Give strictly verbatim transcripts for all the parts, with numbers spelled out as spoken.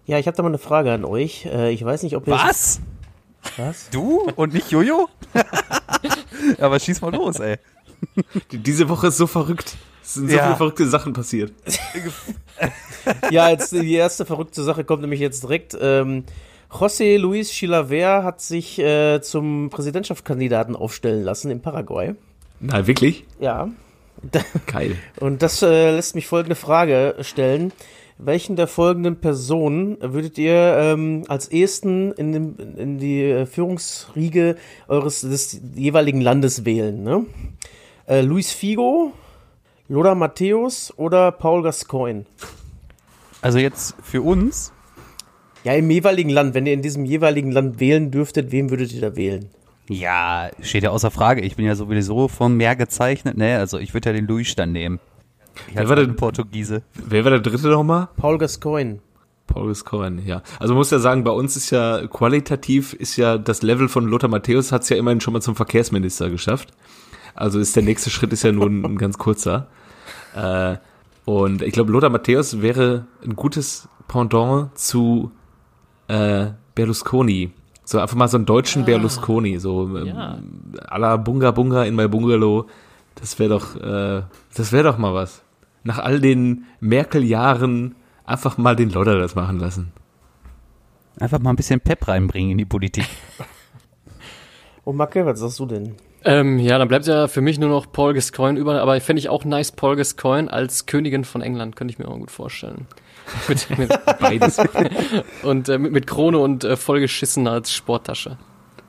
Ja, ich habe da mal eine Frage an euch. Äh, ich weiß nicht, ob ihr... Was? Was? Du und nicht Jojo? Aber schieß mal los, ey. Diese Woche ist so verrückt. Es sind so Ja. viele verrückte Sachen passiert. Ja, jetzt die erste verrückte Sache kommt nämlich jetzt direkt. Ähm, José Luis Chilavert hat sich äh, zum Präsidentschaftskandidaten aufstellen lassen in Paraguay. Na, wirklich? Ja. Geil. Und das äh, lässt mich folgende Frage stellen. Welchen der folgenden Personen würdet ihr ähm, als ehesten in, dem, in die äh, Führungsriege eures des jeweiligen Landes wählen? Ne? Äh, Luis Figo, Lothar Matthäus oder Paul Gascoigne? Also jetzt für uns, Ja, im jeweiligen Land. Wenn ihr in diesem jeweiligen Land wählen dürftet, wen würdet ihr da wählen? ja, steht ja außer Frage. Ich bin ja sowieso vom Meer gezeichnet, ne? Also ich würde ja den Luis dann nehmen. Ich Wer war denn- Portugiese. Wer war der dritte nochmal? Paul Gascoigne. Paul Gascoigne, ja. Also man muss ja sagen, bei uns ist ja qualitativ, ist ja das Level von Lothar Matthäus hat es ja immerhin schon mal zum Verkehrsminister geschafft. Also ist der nächste Schritt ist ja nur ein, ein ganz kurzer. Äh, und ich glaube, Lothar Matthäus wäre ein gutes Pendant zu äh, Berlusconi. So einfach mal so einen deutschen Ah. Berlusconi, so ähm, Ja. à la Bunga Bunga in my Bungalow. Das wäre doch, äh, das wäre doch mal was. Nach all den Merkel-Jahren einfach mal den Lodder das machen lassen. Einfach mal ein bisschen Pep reinbringen in die Politik. Und Macke, was sagst du denn? Ähm, ja, dann bleibt ja für mich nur noch Paul Gascoigne über, aber fände ich auch nice, Paul Gascoigne als Königin von England, könnte ich mir auch gut vorstellen. mit, mit, Beides. und äh, mit, mit Krone und äh, vollgeschissen als Sporttasche.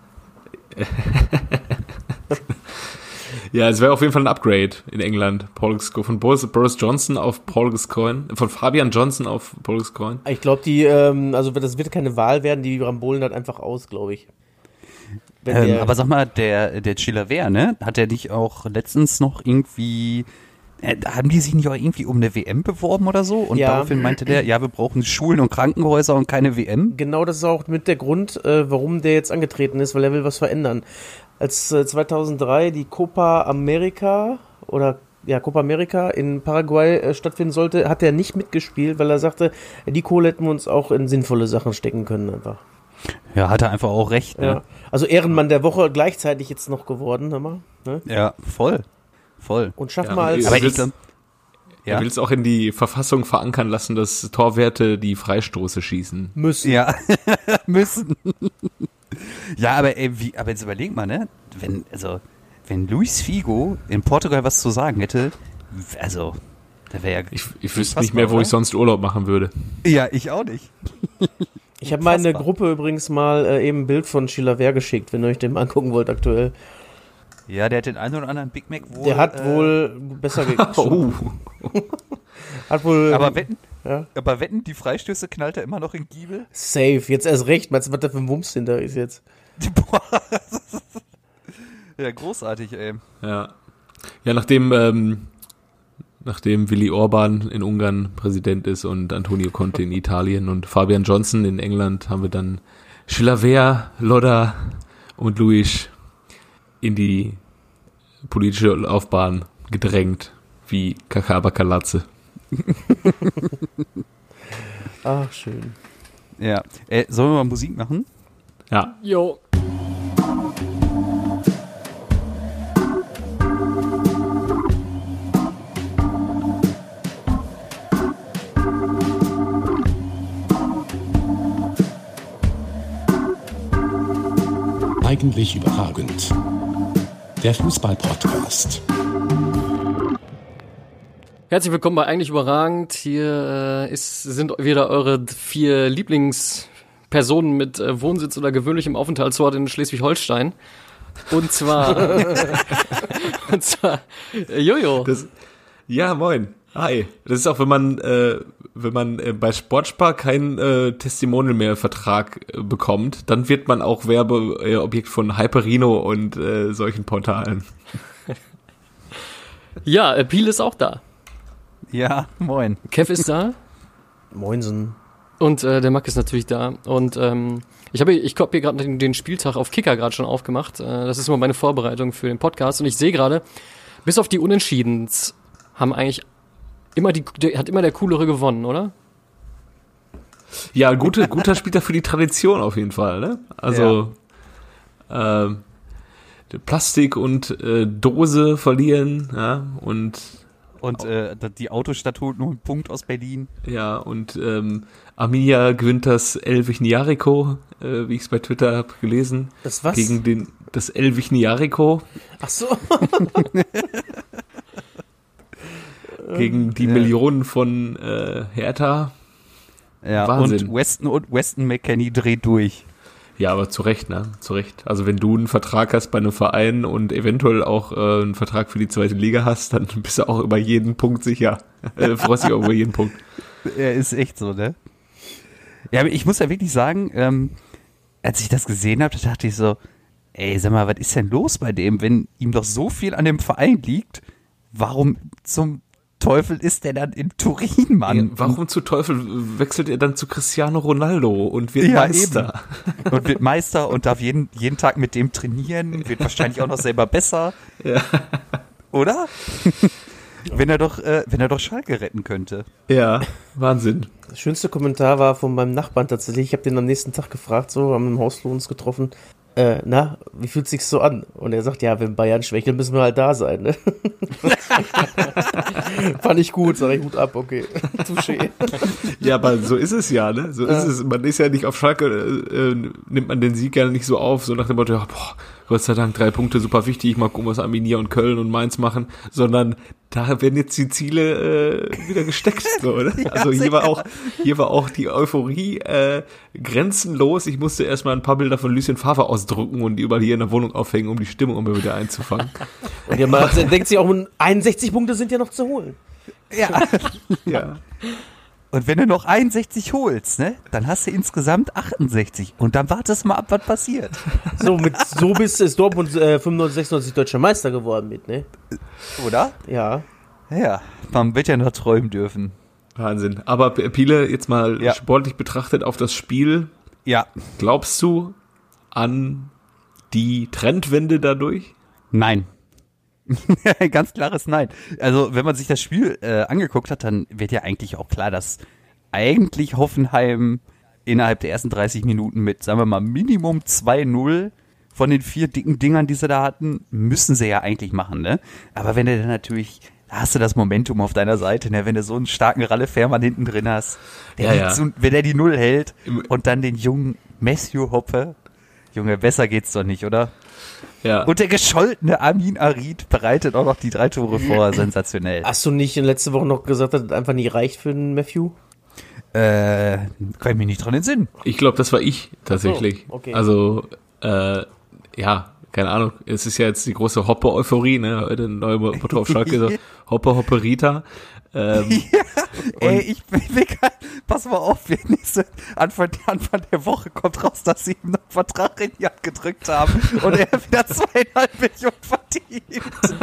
Ja, es wäre auf jeden Fall ein Upgrade in England. Paul Gascoigne, von Boris, Boris Johnson auf Paul Gascoigne, von Fabian Johnson auf Paul Gascoigne. Ich glaube, die, ähm, also das wird keine Wahl werden, die rambolen das einfach aus, glaube ich. Wenn Ähm, der- aber sag mal, der, der Chilavert, ne? Hat der nicht auch letztens noch irgendwie, äh, haben die sich nicht auch irgendwie um eine W M beworben oder so? Und Ja. daraufhin meinte der, ja, wir brauchen Schulen und Krankenhäuser und keine W M? Genau, das ist auch mit der Grund, äh, warum der jetzt angetreten ist, weil er will was verändern. Als äh, zweitausenddrei die Copa America oder ja Copa America in Paraguay äh, stattfinden sollte, hat er nicht mitgespielt, weil er sagte, die Kohle hätten wir uns auch in sinnvolle Sachen stecken können einfach. Ja, hat er einfach auch recht, Ja. ne? Also Ehrenmann der Woche gleichzeitig jetzt noch geworden, hör mal, ne? Ja, voll. Voll. Und schaff Ja, mal als aber Aber willst- ich glaub, Er ja. will es auch in die Verfassung verankern lassen, dass Torwerte die Freistoße schießen. müssen. Ja, müssen. Ja, aber ey, wie, aber jetzt überleg mal, ne? Wenn, also, wenn Luis Figo in Portugal was zu sagen hätte, also, da wäre ja. Ich, ich wüsste nicht mehr, wo oder? ich sonst Urlaub machen würde. Ja, ich auch nicht. Ich habe meine Unfassbar. Gruppe übrigens mal äh, eben ein Bild von Chilavert geschickt, wenn ihr euch den mal angucken wollt aktuell. Ja, der hat den einen oder anderen Big Mac wohl. Der hat äh, wohl besser gekriegt. Oh. Hat wohl Aber wetten, ja. aber wetten, die Freistöße knallt er immer noch in Giebel? Safe, jetzt erst recht. Meinst du, was da für ein Wumms hinter ist jetzt? Boah. Ja, großartig, ey. Ja. Ja, nachdem, ähm, nachdem Willi Orban in Ungarn Präsident ist und Antonio Conte in Italien und Fabian Johnson in England, haben wir dann Chilavert, Lodder und Luis in die politische Laufbahn gedrängt, wie Kakabakalatze. Ach, schön. Ja. Äh, sollen wir mal Musik machen? Ja. Jo. Eigentlich überragend. Der Fußball-Podcast. Herzlich willkommen bei Eigentlich Überragend. Hier äh, ist, sind wieder eure vier Lieblingspersonen mit äh, Wohnsitz oder gewöhnlichem Aufenthaltsort in Schleswig-Holstein. Und zwar, und zwar äh, Jojo. Das, ja, moin. Hi. Das ist auch, wenn man, äh, wenn man äh, bei Sportspar keinen äh, Testimonial mehr Vertrag äh, bekommt, dann wird man auch Werbeobjekt von Hyperino und äh, solchen Portalen. Ja, äh, Piel ist auch da. Ja, moin. Kev ist da. Moinsen. Und äh, der Mack ist natürlich da. Und ähm, ich habe ich habe hier gerade den, den Spieltag auf Kicker gerade schon aufgemacht. Äh, das ist immer meine Vorbereitung für den Podcast. Und ich sehe gerade, bis auf die Unentschiedens haben eigentlich immer die, der, hat immer der Coolere gewonnen, oder? Ja, gute, guter Spieler für die Tradition auf jeden Fall, ne? Also, ja. ähm, Plastik und äh, Dose verlieren, ja, und Und äh, die Autostadt holt noch einen Punkt aus Berlin. ja, und ähm, Arminia gewinnt das Elvichniarico, äh, wie ich es bei Twitter habe gelesen. Das was? Gegen den, das Elvichniarico, Ach so. gegen die Ja. Millionen von äh, Hertha. Ja, Wahnsinn. und Weston und Weston McKennie dreht durch. Ja, aber zu Recht, ne? Zu Recht. Also wenn du einen Vertrag hast bei einem Verein und eventuell auch äh, einen Vertrag für die zweite Liga hast, dann bist du auch über jeden Punkt sicher. äh, freust dich auch über jeden Punkt. Er ist echt so, ne? Ja, aber ich muss ja wirklich sagen, ähm, als ich das gesehen habe, da dachte ich so, ey, sag mal, was ist denn los bei dem, wenn ihm doch so viel an dem Verein liegt, warum zum Teufel ist der dann in Turin, Mann? Ja, warum zu Teufel wechselt er dann zu Cristiano Ronaldo und wird Ja, Meister? eben. Und wird Meister und darf jeden, jeden Tag mit dem trainieren, wird wahrscheinlich auch noch selber besser. Ja. Oder? wenn er doch, äh, wenn er doch Schalke retten könnte. Ja, Wahnsinn. Das schönste Kommentar war von meinem Nachbarn tatsächlich. Ich habe den am nächsten Tag gefragt, so, haben im Hausflur uns getroffen. Äh, na, wie fühlt sich's so an? Und er sagt, ja, wenn Bayern schwächelt, müssen wir halt da sein, ne? Fand ich gut, sag ich gut ab, okay. Touché. Ja, aber so ist es ja, ne? So ist es. Man ist ja nicht auf Schalke, äh, nimmt man den Sieg ja nicht so auf, so nach dem Motto, ja, boah, Gott sei Dank, drei Punkte, super wichtig, mal gucken, was Arminia und Köln und Mainz machen, sondern da werden jetzt die Ziele äh, wieder gesteckt, so, oder? Ja, also hier sicher. war auch, hier war auch die Euphorie äh, grenzenlos. Ich musste erstmal ein paar Bilder von Lucien Favre ausdrucken und die überall hier in der Wohnung aufhängen, um die Stimmung immer wieder einzufangen. Und ja, man denkt sich auch, einundsechzig Punkte sind ja noch zu holen. Ja. Ja. Und wenn du noch einundsechzig holst, ne, dann hast du insgesamt achtundsechzig. Und dann wartest du mal ab, was passiert. So, mit so bist ist Dortmund äh, fünfundneunzig, sechsundneunzig deutscher Meister geworden mit, ne? Oder? Ja. Ja, man wird ja noch träumen dürfen. Wahnsinn. Aber Piele, jetzt mal Ja. sportlich betrachtet auf das Spiel. Ja. Glaubst du an die Trendwende dadurch? Nein. Ganz klares Nein. Also, wenn man sich das Spiel äh, angeguckt hat, dann wird ja eigentlich auch klar, dass eigentlich Hoffenheim innerhalb der ersten dreißig Minuten mit, sagen wir mal, Minimum zwei null von den vier dicken Dingern, die sie da hatten, müssen sie ja eigentlich machen, ne? Aber wenn du dann natürlich, da hast du das Momentum auf deiner Seite, ne? Wenn du so einen starken Ralle-Fährmann hinten drin hast, der Ja, die ja. zu- wenn der die Null hält Im- und dann den jungen Matthew Hoppe, Junge, besser geht's doch nicht, oder? Ja. Und der gescholtene Amin Arid bereitet auch noch die drei Tore vor. Sensationell. Hast du nicht in letzter Woche noch gesagt, dass das einfach nicht reicht für den Matthew? Äh, kann ich mich nicht dran entsinnen. Ich glaube, das war ich tatsächlich. Ach so, okay. Also, äh, ja, keine Ahnung. Es ist ja jetzt die große Hoppe-Euphorie, ne? Heute ein neuer Motto auf Schalke, so Hoppe, Hoppe, Rita. Ähm, Ey, ich bin vegan. Pass mal auf, wir nächste, Anfang, Anfang der Woche kommt raus, dass sie ihm noch einen Vertrag in die Hand gedrückt haben und er wieder zweieinhalb Millionen verdient.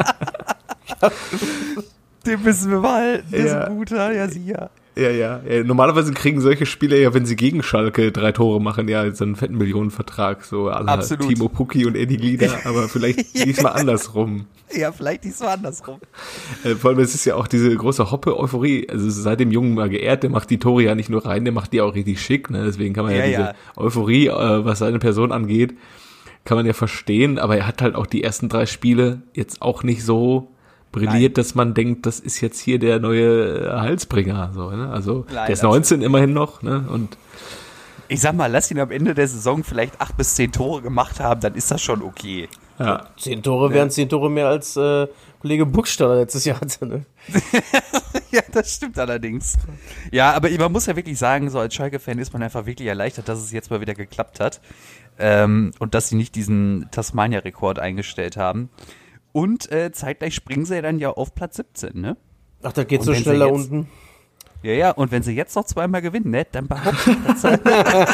Den müssen wir behalten. Das Ja. ist ein guter, ja, sie ja. ja, ja, ja. Normalerweise kriegen solche Spieler ja, wenn sie gegen Schalke drei Tore machen, ja, so einen fetten Millionenvertrag, so à la Absolut. Timo Pukki und Eddie Glieder, aber vielleicht diesmal andersrum. Ja, vielleicht nicht so andersrum. Äh, vor allem, es ist ja auch diese große Hoppe-Euphorie, also seit dem Jungen mal geehrt, der macht die Tore ja nicht nur rein, der macht die auch richtig schick, ne? Deswegen kann man ja, Ja, diese ja. Euphorie, äh, was seine Person angeht, kann man ja verstehen, aber er hat halt auch die ersten drei Spiele jetzt auch nicht so brilliert, Nein. dass man denkt, das ist jetzt hier der neue äh, Halsbringer, so, ne? Also, Nein, der ist neunzehn immerhin noch, ne? Und Ich sag mal, lass ihn am Ende der Saison vielleicht acht bis zehn Tore gemacht haben, dann ist das schon okay. ja, Zehn Tore wären zehn Tore mehr als äh, Kollege Burgstaller letztes Jahr hatte, ne? Ja, das stimmt allerdings. Ja, aber man muss ja wirklich sagen, so als Schalke-Fan ist man einfach wirklich erleichtert, dass es jetzt mal wieder geklappt hat. Ähm, und dass sie nicht diesen Tasmania-Rekord eingestellt haben. Und äh, zeitgleich springen sie ja dann ja auf Platz siebzehn, ne? Ach, da geht Und so wenn sie schnell da jetzt- unten. Ja, ja, und wenn sie jetzt noch zweimal gewinnen, ne, dann behaupte ich, dass sie,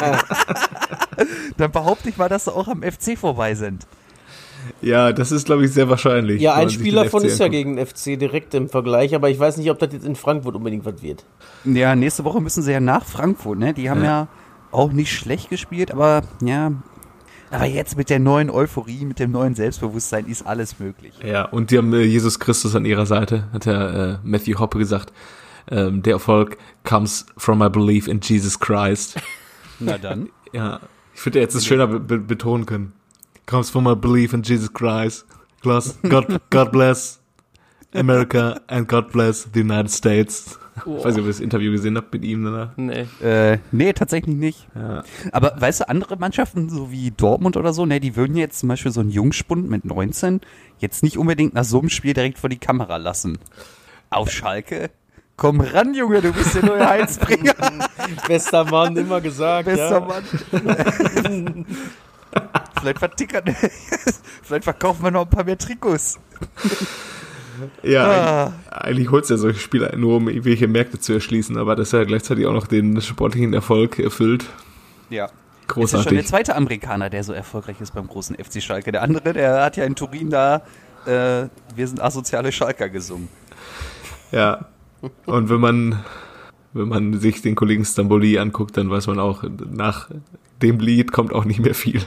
dann behaupte ich mal, dass sie auch am F C vorbei sind. ja, das ist, glaube ich, sehr wahrscheinlich. Ja, wenn ein man sich Spiel den davon F C ist ja anguckt. gegen F C direkt im Vergleich, aber ich weiß nicht, ob das jetzt in Frankfurt unbedingt was wird. Ja, nächste Woche müssen sie ja nach Frankfurt, ne? Die haben ja, Ja. auch nicht schlecht gespielt, aber ja. Aber jetzt mit der neuen Euphorie, mit dem neuen Selbstbewusstsein ist alles möglich. Ja, und die haben äh, Jesus Christus an ihrer Seite, hat der äh, Matthew Hoppe gesagt. ähm, der Erfolg comes from my belief in Jesus Christ. Na dann. Ja, ich finde, er hätte es schöner be- be- betonen können. Comes from my belief in Jesus Christ. God, God bless America and God bless the United States. Oh. Ich weiß nicht, ob ihr das Interview gesehen habt mit ihm danach. Nee. Äh, nee, tatsächlich nicht. Ja. Aber weißt du, andere Mannschaften, so wie Dortmund oder so, ne, die würden jetzt zum Beispiel so einen Jungspund mit neunzehn jetzt nicht unbedingt nach so einem Spiel direkt vor die Kamera lassen. Auf Schalke? Komm ran, Junge, du bist der neue Heilsbringer. Bester Mann, immer gesagt. Bester ja. Mann. Vielleicht vertickern, vielleicht verkaufen wir noch ein paar mehr Trikots. Ja, Ah. eigentlich, eigentlich holt es ja solche Spiele nur, um irgendwelche Märkte zu erschließen, aber das ja gleichzeitig auch noch den sportlichen Erfolg erfüllt. Ja. Das ist Großartig. schon der zweite Amerikaner, der so erfolgreich ist beim großen F C Schalke. Der andere, der hat ja in Turin da äh, Wir sind asoziale Schalker gesungen. Ja. Und wenn man, wenn man sich den Kollegen Stamboli anguckt, dann weiß man auch, nach dem Lied kommt auch nicht mehr viel.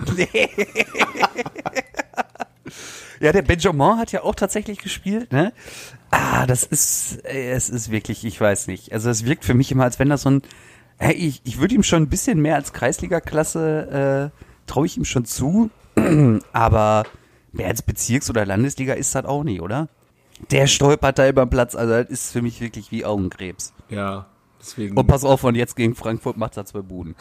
Ja, der Benjamin hat ja auch tatsächlich gespielt, ne? Ah, das ist, äh, es ist wirklich, ich weiß nicht. Also es wirkt für mich immer, als wenn das so ein, hey, ich, ich würde ihm schon ein bisschen mehr als Kreisliga-Klasse, äh, traue ich ihm schon zu, aber mehr als Bezirks- oder Landesliga ist das auch nicht, oder? Der stolpert da über den Platz, also das ist für mich wirklich wie Augenkrebs. Ja, deswegen. Und pass auf, und jetzt gegen Frankfurt macht er zwei Buden.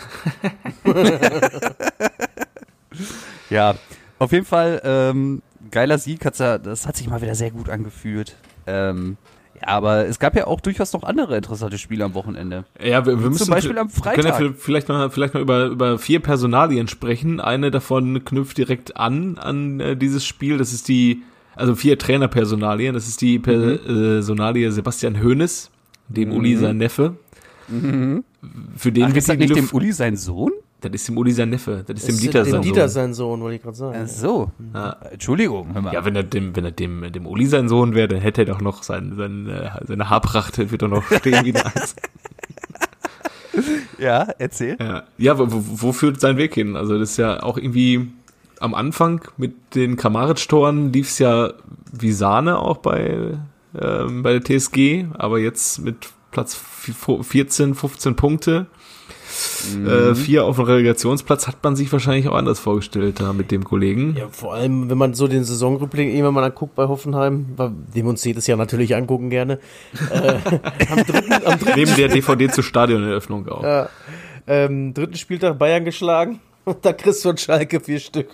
Ja, auf jeden Fall, ähm, geiler Sieg, hat's ja, das hat sich mal wieder sehr gut angefühlt. Ähm, ja, aber es gab ja auch durchaus noch andere interessante Spiele am Wochenende. Ja, wir, wir müssen Zum Beispiel am Freitag. Können ja vielleicht mal, vielleicht mal über, über vier Personalien sprechen. Eine davon knüpft direkt an, an äh, dieses Spiel. Das ist die, also vier Trainerpersonalien. Das ist die Personalie Sebastian Hoeneß, dem Mhm. Uli sein Neffe. Mhm. Für den Ach, wird ist das die nicht dem Luft- Uli sein Sohn? Das ist dem Uli sein Neffe. Das ist dem Ist Dieter dem sein Dieter Sohn. sein Sohn, wollte ich gerade sagen. Ach so. Ja. Entschuldigung, hör mal. Ja, wenn er dem, wenn er dem, dem Uli sein Sohn wäre, dann hätte er doch noch sein, sein, äh, seine Haarpracht wird doch noch stehen wie der eins. Ja, erzähl. Ja, ja wo, wo, wo führt sein Weg hin? Also das ist ja auch irgendwie am Anfang mit den Kramaric-Toren lief es ja wie Sahne auch bei, ähm, bei der T S G, aber jetzt mit Platz vierzehn, fünfzehn Punkte, mhm. äh, vier auf dem Relegationsplatz, hat man sich wahrscheinlich auch anders vorgestellt da mit dem Kollegen. Ja, vor allem, wenn man so den Saisonrückblick irgendwann mal anguckt bei Hoffenheim, den wir uns jedes Jahr natürlich angucken gerne, äh, am dritten, am dritten Neben der D V D zur Stadioneröffnung auch. Ja, ähm, dritten Spieltag Bayern geschlagen und da kriegst du von Schalke vier Stück.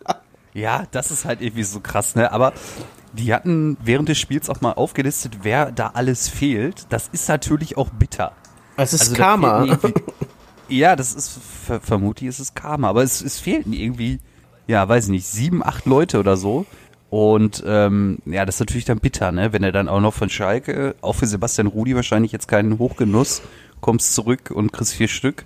Ja, das ist halt irgendwie so krass, ne? Aber die hatten während des Spiels auch mal aufgelistet, wer da alles fehlt. Das ist natürlich auch bitter. Es ist Also da Karma. fehlten irgendwie- Ja, das ist, ver vermutlich ist es Karma, aber es, es fehlten irgendwie, ja, weiß ich nicht, sieben, acht Leute oder so. Und ähm, ja, das ist natürlich dann bitter, ne? Wenn er dann auch noch von Schalke, auch für Sebastian Rudi wahrscheinlich jetzt keinen Hochgenuss, kommst zurück und kriegst vier Stück.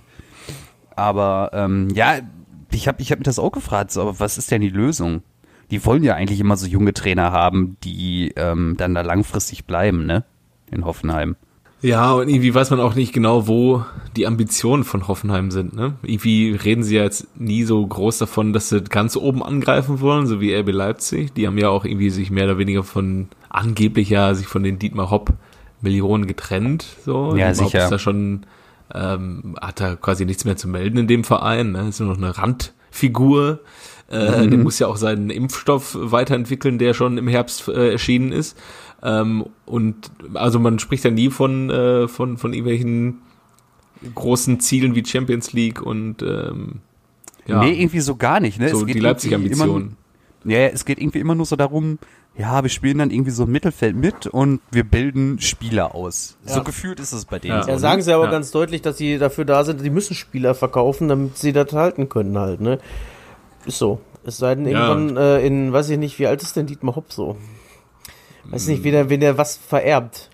Aber ähm, ja, ich habe ich hab mich das auch gefragt, so, aber was ist denn die Lösung? Die wollen ja eigentlich immer so junge Trainer haben, die ähm, dann da langfristig bleiben, ne? In Hoffenheim. Ja, und irgendwie weiß man auch nicht genau, wo die Ambitionen von Hoffenheim sind, ne? Irgendwie reden sie ja jetzt nie so groß davon, dass sie ganz oben angreifen wollen, so wie R B Leipzig. Die haben ja auch irgendwie sich mehr oder weniger von, angeblich ja, sich von den Dietmar Hopp Millionen getrennt, so. Ja, Dietmar Hopp sicher. ist da schon, ähm, hat da quasi nichts mehr zu melden in dem Verein, ne? Ist nur noch eine Randfigur. Äh, Mhm. Der muss ja auch seinen Impfstoff weiterentwickeln, der schon im Herbst äh, erschienen ist. Ähm, und also man spricht ja nie von, äh, von, von irgendwelchen großen Zielen wie Champions League und ähm, ja, Nee, irgendwie so gar nicht, ne? so Es geht die Leipzig-Ambitionen. immer- Ja, es geht irgendwie immer nur so darum, ja, wir spielen dann irgendwie so im Mittelfeld mit und wir bilden Spieler aus. So Ja. gefühlt ist es bei denen Ja. so. Ja, ne? sagen sie aber Ja. ganz deutlich, dass sie dafür da sind, die müssen Spieler verkaufen, damit sie das halten können halt, ne? Ist so. Es sei denn, Ja. irgendwann äh, in, weiß ich nicht, wie alt ist denn Dietmar Hopp so? Weiß nicht, wen der, wen der was vererbt.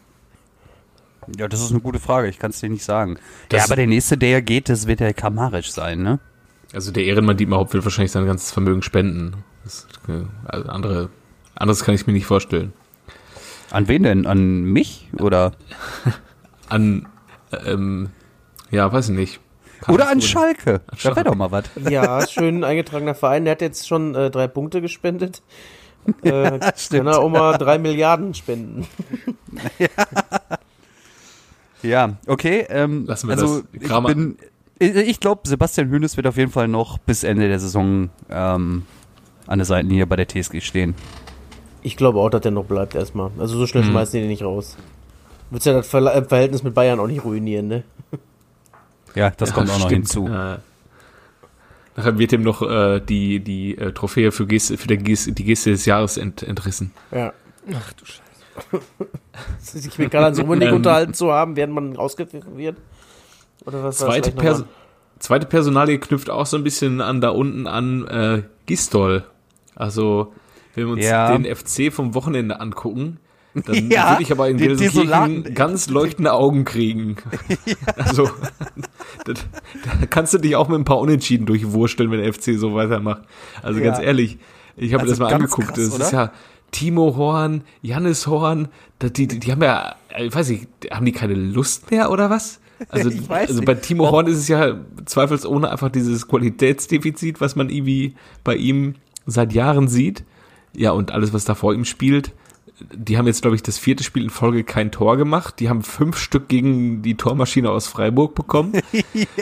Ja, das ist eine gute Frage, ich kann es dir nicht sagen. Das- ja, aber der nächste, der geht, das wird der Kramaric sein, ne? Also der Ehrenmann Dietmar Hopp will wahrscheinlich sein ganzes Vermögen spenden. Das, äh, also andere, anderes kann ich mir nicht vorstellen. An wen denn? An mich? Oder, An, ähm, ja, weiß ich nicht. Kann oder das an wohl- Schalke? Da Schalke. wäre doch mal was. Ja, schön eingetragener Verein. Der hat jetzt schon äh, drei Punkte gespendet. Äh, Stimmt. kann er auch mal drei Milliarden spenden. Ja, okay. Ähm, Lassen wir also das. ich Kramer- bin, ich, ich glaube, Sebastian Hoeneß wird auf jeden Fall noch bis Ende der Saison ähm, an der Seitenlinie bei der T S G stehen. Ich glaube auch, dass der noch bleibt erstmal. Also so schnell schmeißen die den nicht raus. Willst ja das Ver- Verhältnis mit Bayern auch nicht ruinieren, ne? Ja, das Ja, kommt auch noch stimmt. hinzu. Äh, nachher wird ihm noch äh, die, die äh, Trophäe für, Geste, für der Geste, die Geste des Jahres ent, entrissen. Ja. Ach du Scheiße. Sich mit Karl-Heinz Rummenigge Ähm. unterhalten zu haben, während man ausgepfiffen wird. Oder was war das Zweite, vielleicht noch Perso mal? zweite Personalie knüpft auch so ein bisschen an da unten an äh, Gistol. Also, wenn wir uns Ja. den F C vom Wochenende angucken, dann Ja, würde ich aber in den Gelsenkirchen desolaten- ganz leuchtende Augen kriegen. Also, das, da kannst du dich auch mit ein paar Unentschieden durchwursteln, wenn der F C so weitermacht. Also Ja. ganz ehrlich, ich habe mir Also das mal ganz angeguckt. krass, Das ist oder? ja Timo Horn, Jannis Horn, da- die, die, die haben ja, ich weiß nicht, haben die keine Lust mehr oder was? Also, Ich weiß also nicht. bei Timo Horn ist es ja zweifelsohne einfach dieses Qualitätsdefizit, was man irgendwie bei ihm seit Jahren sieht. Ja, und alles, was da vor ihm spielt. Die haben jetzt, glaube ich, das vierte Spiel in Folge kein Tor gemacht. Die haben fünf Stück gegen die Tormaschine aus Freiburg bekommen. Ja.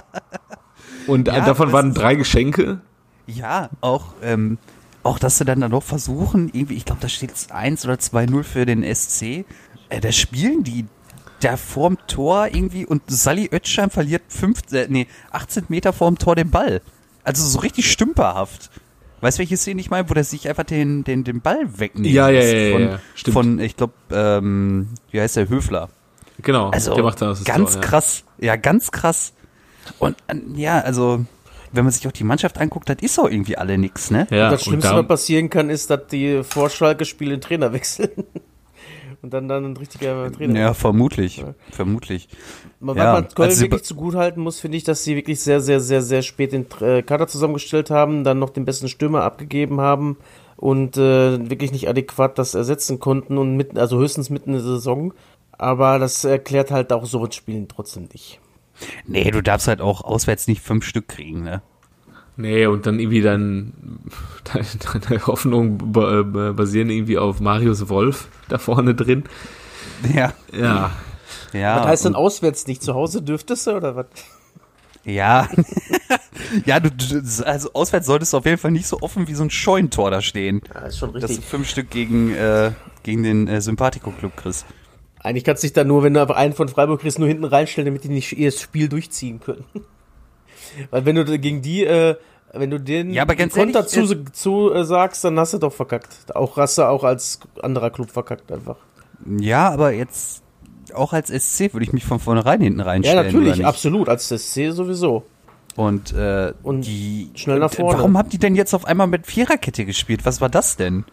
Und Ja, davon das waren ist- drei Geschenke. Ja, auch, ähm, auch dass sie dann da noch versuchen, irgendwie, ich glaube, da steht eins oder zwei null für den S C. Äh, da spielen die da vorm Tor irgendwie und Sally Özcan verliert fünf, äh, nee, achtzehn Meter vorm Tor den Ball. Also so richtig stümperhaft. Weißt du, welche Szene ich meine, wo der sich einfach den, den, den Ball wegnehmen Ja, ja, lässt ja, ja, von, ja, stimmt. von, ich glaube, ähm, wie heißt der, Höfler. Genau, Also der macht dann das ganz Tor, ja. krass, ja, ganz krass. Und äh, ja, also, wenn man sich auch die Mannschaft anguckt, das ist auch irgendwie alle nix, ne? Ja, das Schlimmste, und was da, passieren kann, ist, dass die vor Schalke-Spiele den Trainer wechseln. Und dann, dann ein richtiger Trainer. Ja, vermutlich, vermutlich. Man, Ja, was man Köln also sie- wirklich zugutehalten muss, finde ich, dass sie wirklich sehr, sehr, sehr, sehr spät den äh, Kader zusammengestellt haben, dann noch den besten Stürmer abgegeben haben und äh, wirklich nicht adäquat das ersetzen konnten und mitten, also höchstens mitten in der Saison. Aber das erklärt halt auch so ein Spielen trotzdem nicht. Nee, du darfst halt auch auswärts nicht fünf Stück kriegen, ne? nee, und dann irgendwie dann deine, deine Hoffnungen ba- ba- basieren irgendwie auf Marius Wolf da vorne drin. Ja. Ja, Ja. was heißt denn und- auswärts nicht? Zu Hause dürftest du oder was? Ja. Ja, du, du, also auswärts solltest du auf jeden Fall nicht so offen wie so ein Scheunentor da stehen. Ja, ist schon Dass du richtig. fünf Stück gegen, äh, gegen den äh, Sympathico-Club kriegst. Eigentlich kannst du dich da nur, wenn du einfach einen von Freiburg kriegst, nur hinten reinstellen, damit die nicht ihr Spiel durchziehen können. Weil wenn du gegen die, äh, wenn du den Ja, aber ganz Konter ehrlich, zu, zu äh, sagst, dann hast du doch verkackt. Auch hast du auch als anderer Club verkackt einfach. Ja, aber jetzt auch als S C würde ich mich von vornherein hinten Ja, reinstellen. oder natürlich, nicht? absolut. Als S C sowieso. Und, äh, Und die, schnell nach und, vorne. Warum habt ihr denn jetzt auf einmal mit Viererkette gespielt? Was war das denn?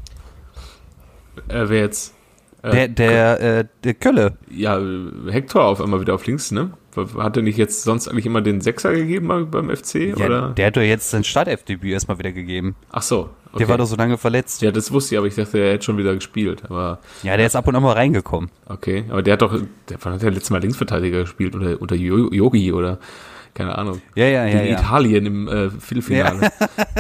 äh, wer jetzt? Äh, Der, der, äh, der Kölle. Ja, Hector auf einmal wieder auf links, ne? Hat er nicht jetzt sonst eigentlich immer den Sechser gegeben beim- beim F C, Ja, oder? der hat doch jetzt sein Startelfdebüt erstmal wieder gegeben. Ach so, okay. Der war doch so lange verletzt. Ja, das wusste ich, aber ich dachte, er hätte schon wieder gespielt, aber Ja, der ist ab und an mal reingekommen. okay. Aber der hat doch, der wann hat der letztes Mal Linksverteidiger gespielt, oder, oder Jo- Yogi, oder, keine Ahnung. Ja, ja, ja, Gegen ja. Italien im äh, Viertelfinale.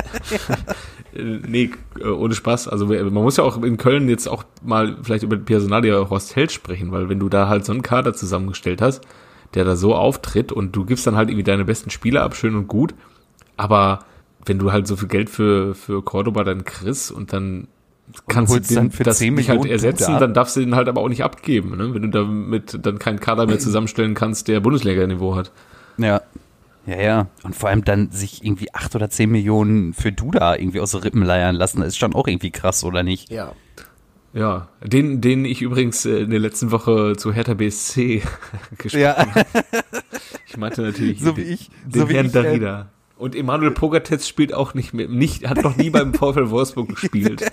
Äh, nee, äh, ohne Spaß. Also man muss ja auch in Köln jetzt auch mal vielleicht über den Personalier Horst Held sprechen, weil wenn du da halt so einen Kader zusammengestellt hast, der da so auftritt und du gibst dann halt irgendwie deine besten Spieler ab, schön und gut, aber wenn du halt so viel Geld für, für Cordoba dann kriegst und dann kannst du holst den, dann für das zehn nicht halt Millionen ersetzen, Duda. dann darfst du den halt aber auch nicht abgeben, ne? Wenn du damit dann keinen Kader mehr zusammenstellen kannst, der Bundesliga-Niveau hat. Ja. Ja, ja. Und vor allem dann sich irgendwie acht oder zehn Millionen für Duda irgendwie aus den Rippen leiern lassen, das ist schon auch irgendwie krass, oder nicht? Ja. Ja, den, den ich übrigens äh, in der letzten Woche zu Hertha B S C gesprochen Ja. habe. Ich meinte natürlich So wie den, ich- den so wie Herrn ich, äh, Darida. Und Emanuel Pogatetz spielt auch nicht mehr, nicht, hat noch nie beim VfL Wolfsburg gespielt.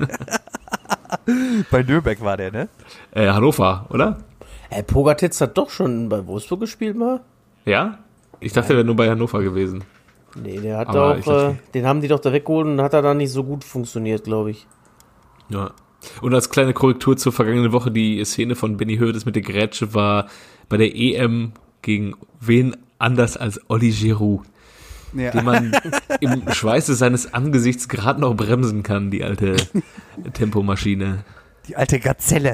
Bei Nürnberg war der, ne? äh, Hannover, oder? Herr Pogatetz hat doch schon bei Wolfsburg gespielt mal. Ja? Ich dachte, er wäre nur bei Hannover gewesen. Nee, der hat Aber ich auch, äh, dachte- den haben die doch da weggeholt und hat er dann nicht so gut funktioniert, glaube ich. Ja. Und als kleine Korrektur zur vergangenen Woche, die Szene von Benny Höwedes mit der Grätsche war bei der E M gegen wen anders als Olli Giroud, Ja. den man im Schweiße seines Angesichts gerade noch bremsen kann, die alte Tempomaschine. Die alte Gazelle.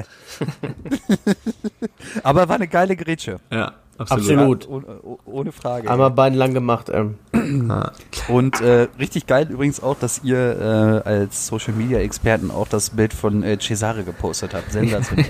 Aber war eine geile Grätsche. Ja, absolut. Absolut. Ohne, ohne Frage. Einmal Bein lang gemacht. Ähm. Und äh, richtig geil übrigens auch, dass ihr äh, als Social Media Experten auch das Bild von äh, Cesare gepostet habt. Sensationell.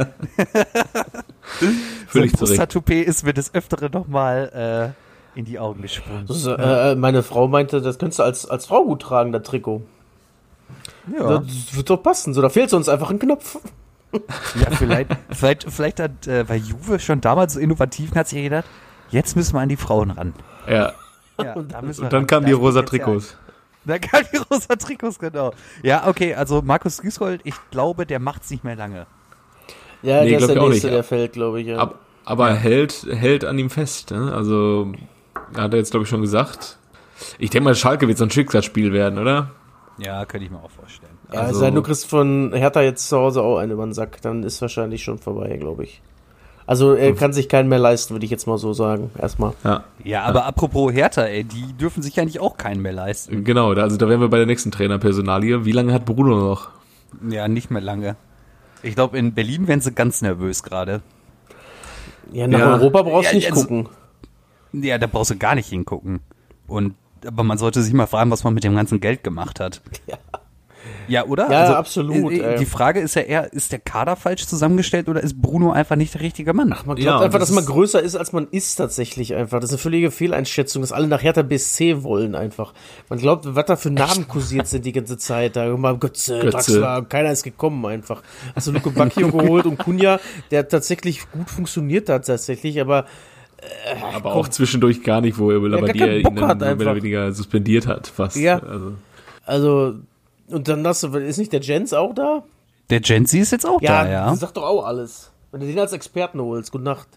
Völlig so ein zurecht. Mustertoupet ist mir des Öfteren nochmal äh, in die Augen gesprungen. Das ist, äh, meine Frau meinte, das könntest du als, als Frau gut tragen, das Trikot. Ja, Das wird doch passen. So, da fehlt uns einfach ein Knopf. ja vielleicht, vielleicht, vielleicht hat äh, bei Juve schon damals so innovativ und hat sich gedacht, jetzt müssen wir an die Frauen ran. Ja. Ja, da müssen wir Und dann ran. kamen Da die ist rosa Potenzial. Trikots. Da kamen die rosa Trikots, genau. Ja, okay, also Markus Gisgold, ich glaube, der macht's nicht mehr lange. Ja, Nee, der ist glaub der ich auch nächste, nicht. der fällt, glaube ich. Ja. Ab, aber hält, hält an ihm fest. Ne? Also, hat er jetzt, glaube ich, schon gesagt. Ich denke mal, Schalke wird so ein Schicksalsspiel werden, oder? Ja, könnte ich mir auch vorstellen. ja, also- sei du kriegst von Hertha jetzt zu Hause auch einen über den Sack, dann ist wahrscheinlich schon vorbei, glaube ich. Also er kann sich keinen mehr leisten, würde ich jetzt mal so sagen. Erstmal. Ja, Ja, aber apropos Hertha, ey, die dürfen sich eigentlich auch keinen mehr leisten. genau. Da, also da wären wir bei der nächsten Trainerpersonalie. Wie lange hat Bruno noch? Ja, nicht mehr lange. Ich glaube, in Berlin wären sie ganz nervös gerade. Ja, nach Ja. Europa brauchst du Ja, nicht also- gucken. Ja, da brauchst du gar nicht hingucken. Und aber man sollte sich mal fragen, was man mit dem ganzen Geld gemacht hat. Ja. Ja, oder? Ja, absolut, äh, ey. Die Frage ist ja eher, ist der Kader falsch zusammengestellt oder ist Bruno einfach nicht der richtige Mann? Man glaubt Ja, einfach, das dass man ist- größer ist, als man ist tatsächlich einfach. Das ist eine völlige Fehleinschätzung, dass alle nach Hertha B S C wollen einfach. Man glaubt, was da für Namen kursiert sind die ganze Zeit. Da mal Götze, Götze. Draxler, keiner ist gekommen einfach. Hast du Luke Bacchio geholt und Kunja, der tatsächlich gut funktioniert hat tatsächlich, aber Aber auch zwischendurch gar nicht, wo er gar Labbadia keinen ihn Bock dann hat mehr oder einfach. weniger suspendiert hat, fast. Ja. Also, also, und dann hast du, ist nicht der Jens auch da? Der Genzi ist jetzt auch da, ja. das sagt doch auch alles. Wenn du den als Experten holst, gute Nacht.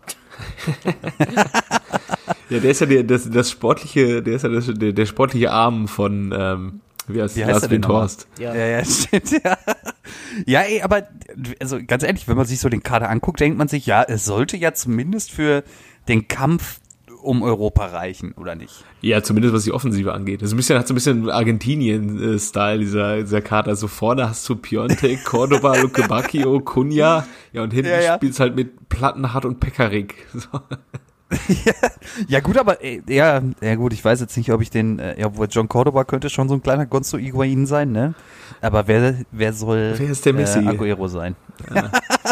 ja, der ist ja der, das, das sportliche, der ist ja das, der, der sportliche Arm von, ähm, wie heißt, Wie heißt Lars er denn nochmal? Windhorst. Ja. Ja, ja, stimmt, ja. Ja, ey, aber, also ganz ehrlich, wenn man sich so den Kader anguckt, denkt man sich, ja, es sollte ja zumindest für den Kampf um Europa reichen, oder nicht? Ja, zumindest was die Offensive angeht. Das ist ein bisschen, hat so ein bisschen Argentinien-Style, dieser, dieser Kader. Also vorne hast du Piontek, Cordoba, Luke Bacchio, Cunha. Ja, und hinten Ja, ja. spielst halt mit Plattenhardt und Pekarik. So. Ja gut, aber äh, ja, ja gut, ich weiß jetzt nicht, ob ich den, äh, ja, obwohl John Cordoba könnte schon so ein kleiner Gonzo Higuain sein, ne? Aber wer, wer soll Wer ist der Messi? Äh, Aguero sein? Ja.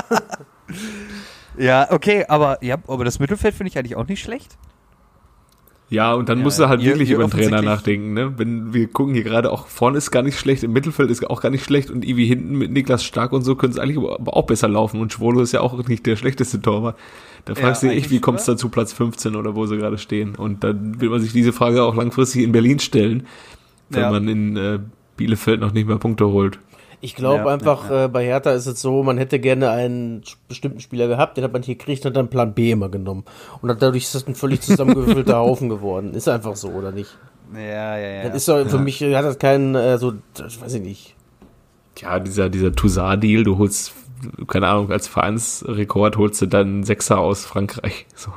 Ja, okay, aber ja, aber das Mittelfeld finde ich eigentlich auch nicht schlecht. Ja, und dann Ja, musst du halt ihr- wirklich ihr über den Trainer offensichtlich- nachdenken, ne? Wenn wir gucken hier gerade, auch vorne ist gar nicht schlecht, im Mittelfeld ist auch gar nicht schlecht und irgendwie hinten mit Niklas Stark und so können es eigentlich aber auch besser laufen und Schwolo ist ja auch nicht der schlechteste Torwart. Da fragst du Ja, dich echt, wie eigentlich kommst du da zu Platz fünfzehn oder wo sie gerade stehen? Und dann will man sich diese Frage auch langfristig in Berlin stellen, wenn Ja. man in äh, Bielefeld noch nicht mehr Punkte holt. Ich glaube Ja, einfach, ja, Äh, bei Hertha ist es so, man hätte gerne einen bestimmten Spieler gehabt, den hat man hier gekriegt und hat dann Plan B immer genommen. Und hat dadurch ist das ein völlig zusammengewürfelter Haufen geworden. Ist einfach so, oder nicht? Ja, ja, ja. Das ist doch, für mich hat das keinen, äh, so, das weiß ich nicht. Ja, dieser, dieser Toussaint-Deal, du holst, keine Ahnung, als Vereinsrekord holst du dann einen Sechser aus Frankreich. So.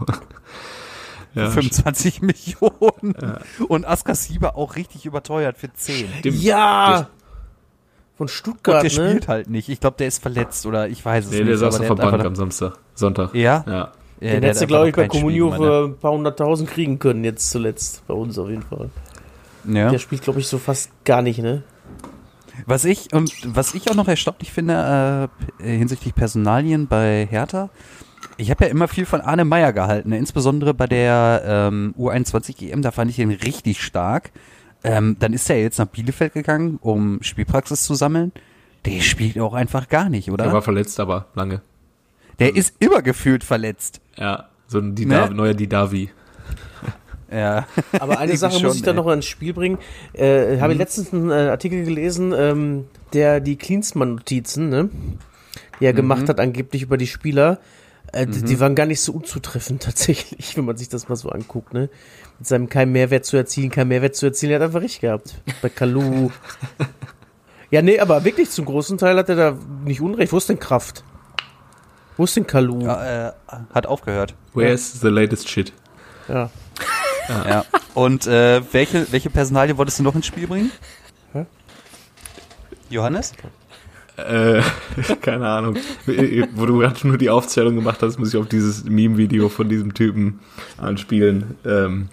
Ja, fünfundzwanzig Millionen. Und Askar Sieber auch richtig überteuert für zehn. stimmt. Ja! Von Und Stuttgart, der ne? spielt halt nicht. Ich glaube, der ist verletzt oder ich weiß es Nee, nicht. der saß aber auf der der hat Bank einfach- am Samstag, Sonntag. Ja? Ja. Ja, Den der hat hättest du, einfach glaube noch ich, bei kein Spiel Comunio gemacht, für ein paar hunderttausend kriegen können, jetzt zuletzt. Bei uns auf jeden Fall. Ja. Der spielt, glaube ich, so fast gar nicht, ne? Was ich und was ich auch noch erstaunlich finde äh, hinsichtlich Personalien bei Hertha, ich habe ja immer viel von Arne Meyer gehalten, ne? Insbesondere bei der ähm, U einundzwanzig E M, da fand ich ihn richtig stark. Ähm, dann ist er jetzt nach Bielefeld gegangen, um Spielpraxis zu sammeln. Der spielt auch einfach gar nicht, oder? Der war verletzt, aber lange. Der ist immer gefühlt verletzt. Ja, so ein Dida, Ne? neuer Didavi. Ja. Aber eine Irgendwie Sache muss schon, ich da ey. noch ins Spiel bringen. Äh, habe ich letztens einen äh, Artikel gelesen, ähm, der die Klinsmann-Notizen, ne, die er gemacht hat, angeblich über die Spieler, äh, die, die waren gar nicht so unzutreffend tatsächlich, wenn man sich das mal so anguckt, ne. Mit seinem keinen Mehrwert zu erzielen, keinen Mehrwert zu erzielen, er hat einfach recht gehabt. Bei Kalou. Ja, nee, aber wirklich zum großen Teil hat er da nicht Unrecht. Wo ist denn Kraft? Wo ist denn Kalou? Ja. Ja, äh, hat aufgehört. Where's the latest shit? ja. Ja. Und äh, welche, welche Personalie wolltest du noch ins Spiel bringen? Hä? Johannes? Äh, keine Ahnung. Wo du gerade nur die Aufzählung gemacht hast, muss ich auf dieses Meme-Video von diesem Typen anspielen. Ähm,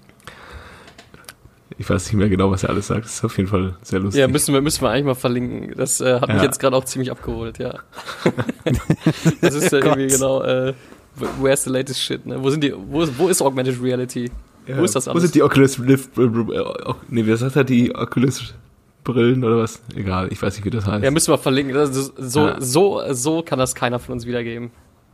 ich weiß nicht mehr genau, was er alles sagt. Das ist auf jeden Fall sehr lustig. Ja, müssen wir, müssen wir eigentlich mal verlinken. Das äh, hat mich Ja. jetzt gerade auch ziemlich abgeholt, ja. Das ist ja irgendwie genau, äh, where's the latest shit, ne? Wo sind die, wo ist, wo ist Augmented Reality? Ja, Wo ist das alles? Wo sind die Oculus Rift, äh, nee, wie sagt er, die Oculus Brillen oder was? Egal, ich weiß nicht, wie das heißt. Ja, müssen wir verlinken. Das ist so, Ja. so, so kann das keiner von uns wiedergeben.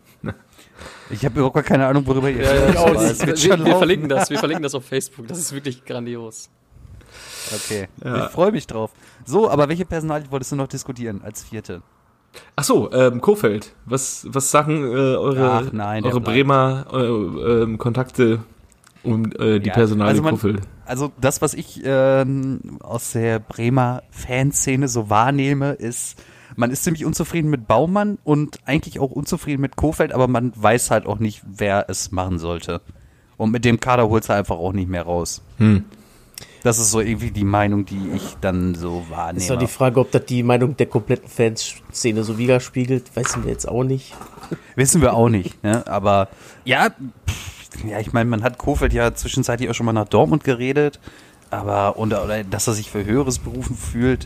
Ich habe überhaupt gar keine Ahnung, worüber ihr Ja, ja, redet, auch aber nicht. es wird wir, schon wir laufen. verlinken das, wir verlinken das auf Facebook. Das ist wirklich grandios. Okay, Ja. ich freue mich drauf. So, aber welche Personalie wolltest du noch diskutieren als vierte? Ach so, ähm, Kofeld. Was, was sagen äh, eure, Ach nein, der eure bleibt. Bremer äh, ähm, Kontakte um äh, die Ja, Personalie also man- Kofeld? Also das, was ich ähm, aus der Bremer Fanszene so wahrnehme, ist, man ist ziemlich unzufrieden mit Baumann und eigentlich auch unzufrieden mit Kofeld, aber man weiß halt auch nicht, wer es machen sollte. Und mit dem Kader holt er einfach auch nicht mehr raus. Hm. Das ist so irgendwie die Meinung, die ich dann so wahrnehme. Ist doch die Frage, ob das die Meinung der kompletten Fanszene so widerspiegelt, wissen wir jetzt auch nicht. Wissen wir auch nicht, ne? Aber ja, pff, ja, ich meine, man hat Kofeld ja zwischenzeitlich auch schon mal nach Dortmund geredet, aber und, oder dass er sich für Höheres berufen fühlt,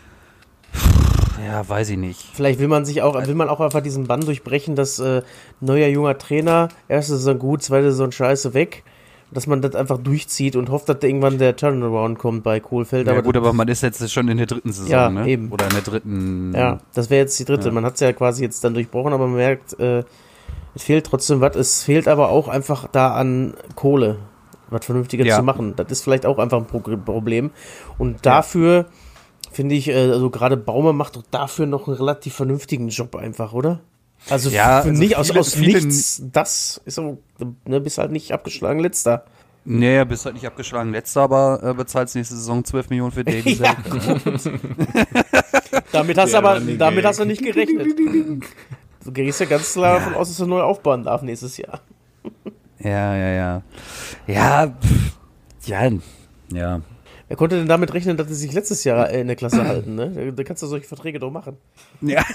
pff, ja, weiß ich nicht. Vielleicht will man sich auch, will man auch einfach diesen Bann durchbrechen, dass äh, neuer junger Trainer, erste Saison gut, zweite Saison scheiße weg, dass man das einfach durchzieht und hofft, dass da irgendwann der Turnaround kommt bei Kohlfeld. Ja, aber gut, das, aber man ist jetzt schon in der dritten Saison, Ja, ne? eben. Oder in der dritten. ja, das wäre jetzt die dritte. Ja. Man hat es ja quasi jetzt dann durchbrochen, aber man merkt, äh, es fehlt trotzdem was. Es fehlt aber auch einfach da an Kohle, was Vernünftiges Ja. zu machen. Das ist vielleicht auch einfach ein Pro- Problem. Und dafür finde ich, äh, also gerade Baumer macht doch dafür noch einen relativ vernünftigen Job einfach, oder? Also Ja, für also nicht, aus, viele- aus viele- nichts, das ist so, ne, bist halt nicht abgeschlagen letzter. Nee, bist halt nicht abgeschlagen. Letzter, aber äh, bezahlst nächste Saison zwölf Millionen für Davy Ja. Damit hast du Der aber, Running damit Gag. hast du nicht gerechnet. Du gehst ja ganz klar davon aus, dass du neu aufbauen darf nächstes Jahr. Ja, ja, ja. Ja, pff, ja, ja. Wer konnte denn damit rechnen, dass sie sich letztes Jahr äh, in der Klasse halten, ne? Da, da kannst du solche Verträge doch machen. Ja.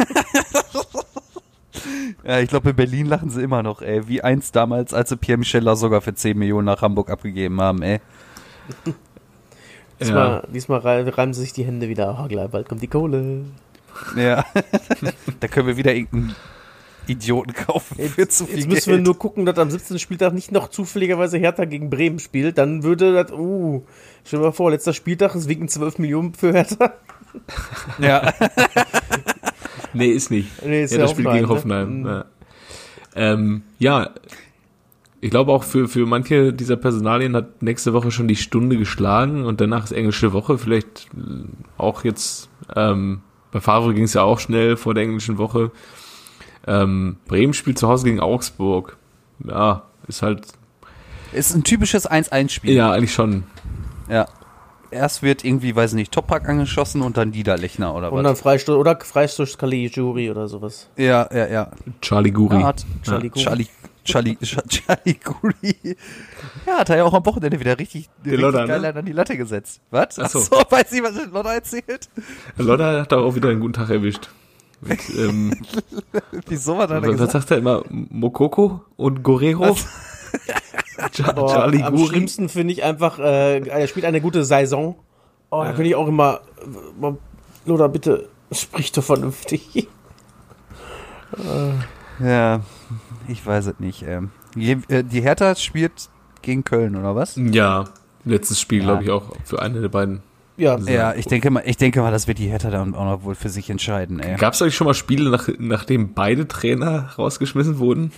Ja, ich glaube, in Berlin lachen sie immer noch, ey. Wie einst damals, als sie Pierre-Michel sogar für zehn Millionen nach Hamburg abgegeben haben, ey. Diesmal, diesmal rei- reiben sie sich die Hände wieder. Oh, gleich, bald kommt die Kohle. Ja. Da können wir wieder irgendeinen Idioten kaufen für zu viel Jetzt müssen Geld. wir nur gucken, dass am siebzehnten Spieltag nicht noch zufälligerweise Hertha gegen Bremen spielt. Dann würde das, uh, stell dir mal vor, letzter Spieltag, es wiegen zwölf Millionen für Hertha. Ja. Nee, ist nicht. Nee, ist ja, ja das Spiel gegen Hoffenheim, Hoffenheim. ne? Ja. Ähm, ja, ich glaube auch für, für manche dieser Personalien hat nächste Woche schon die Stunde geschlagen und danach ist englische Woche. Vielleicht äh, auch jetzt, ähm, bei Favre ging es ja auch schnell vor der englischen Woche. Ähm, Bremen spielt zu Hause gegen Augsburg. Ja, ist halt, Ist ein typisches eins eins Spiel. ja, eigentlich schon. Ja. Erst wird irgendwie, weiß nicht, Toprak angeschossen und dann Niederlechner oder Und dann was. Freistoß oder Freistoß Caligiuri oder sowas. Ja, ja, ja. Charlie Guri. Ja, hat Charlie Guri. Charlie, Charlie, Charlie, Charlie Guri. Ja, hat er ja auch am Wochenende wieder richtig, richtig Lodder, geil ne? an die Latte gesetzt. Was? Ach so. Achso, weiß nicht, was der Lodder erzählt? Lodder hat da auch wieder einen guten Tag erwischt. Mit, ähm, Wieso hat er da was, was gesagt? sagt er immer? Mokoko und Gorero? Cha- Boah, Charlie am Guri. schlimmsten finde ich einfach, äh, er spielt eine gute Saison. Oh, da könnte ich auch immer, äh, Lothar, bitte, sprich doch vernünftig. Ja, ich weiß es nicht. Ähm. Je- äh, Die Hertha spielt gegen Köln, oder was? Ja, letztes Spiel, Ja. glaube ich, auch für eine der beiden. Ja, Ja, ich denke mal, ich denke mal, das wird die Hertha dann auch noch wohl für sich entscheiden, ey. Gab es eigentlich schon mal Spiele, nach, nachdem beide Trainer rausgeschmissen wurden?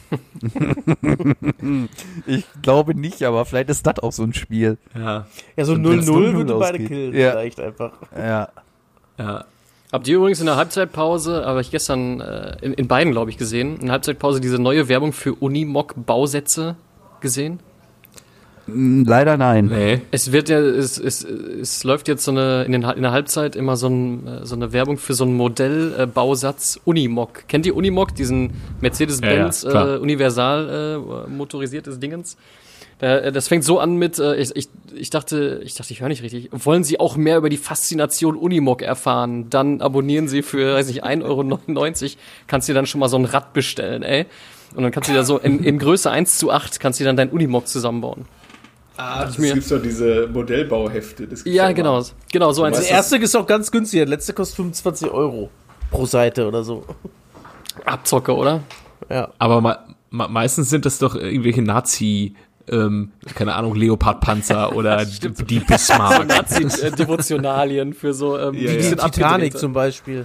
Ich glaube nicht, aber vielleicht ist das auch so ein Spiel. Ja, ja so Und null wenn's null null null würde beide ausgeht. killen, Ja. vielleicht einfach. Ja. ja. Habt ihr übrigens in der Halbzeitpause, aber ich gestern äh, in, in beiden, glaube ich, gesehen, in der Halbzeitpause diese neue Werbung für Unimog-Bausätze gesehen? Mm, Leider nein. Nee. Es wird ja, es, es, es läuft jetzt so eine, in, den, in der Halbzeit immer so, ein, äh, so eine Werbung für so einen Modellbausatz äh, Unimog. Kennt ihr Unimog, diesen Mercedes-Benz Ja, ja, klar. äh, universal äh, motorisiertes Dingens? Äh, das fängt so an mit, äh, ich, ich, ich dachte, ich dachte, ich höre nicht richtig. Wollen Sie auch mehr über die Faszination Unimog erfahren? Dann abonnieren Sie für, weiß nicht, ein Euro neunundneunzig, kannst du dir dann schon mal so ein Rad bestellen, ey. Und dann kannst du da so in, in Größe eins zu acht kannst du dann dein Unimog zusammenbauen. Ah, das mir- gibt doch diese Modellbauhefte. Das gibt's Ja, immer. genau, genau, so eins. Der erste ist auch ganz günstig, der letzte kostet fünfundzwanzig Euro pro Seite oder so. Abzocke, oder? Ja. Aber me me meistens sind das doch irgendwelche Nazi, ähm, keine Ahnung, Leopardpanzer oder die, die Bismarck. Nazi-Devotionalien für so, ähm, Ja, die ja. Die sind Titanic abgedreht. zum Beispiel.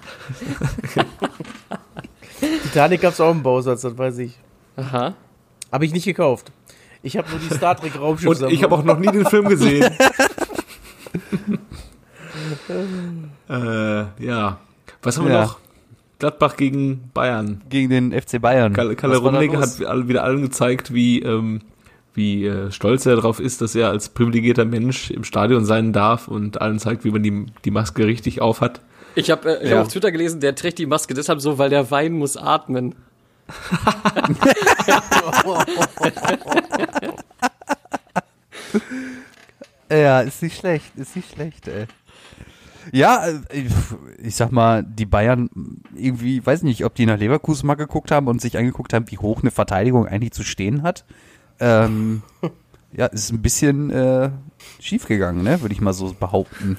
Titanic gab's auch im Bausatz, das weiß ich. Aha. Habe ich nicht gekauft. Ich habe nur die Star Trek Raumschiff. Und ich habe auch noch nie den Film gesehen. äh, ja. Was haben wir Ja. noch? Gladbach gegen Bayern. Gegen den F C Bayern. Kalle, Kalle Was war da Rummenigge los? hat all- wieder allen gezeigt, wie, ähm, wie äh, stolz er darauf ist, dass er als privilegierter Mensch im Stadion sein darf und allen zeigt, wie man die, die Maske richtig auf hat. Ich habe äh, ich Ja. hab auf Twitter gelesen, der trägt die Maske deshalb so, weil der Wein muss atmen. Ja, ist nicht schlecht, ist nicht schlecht, ey. Ja, äh, ich, ich sag mal, die Bayern irgendwie, weiß nicht, ob die nach Leverkusen mal geguckt haben und sich angeguckt haben, wie hoch eine Verteidigung eigentlich zu stehen hat. Ähm, ja, ist ein bisschen äh, schief gegangen, ne, würde ich mal so behaupten.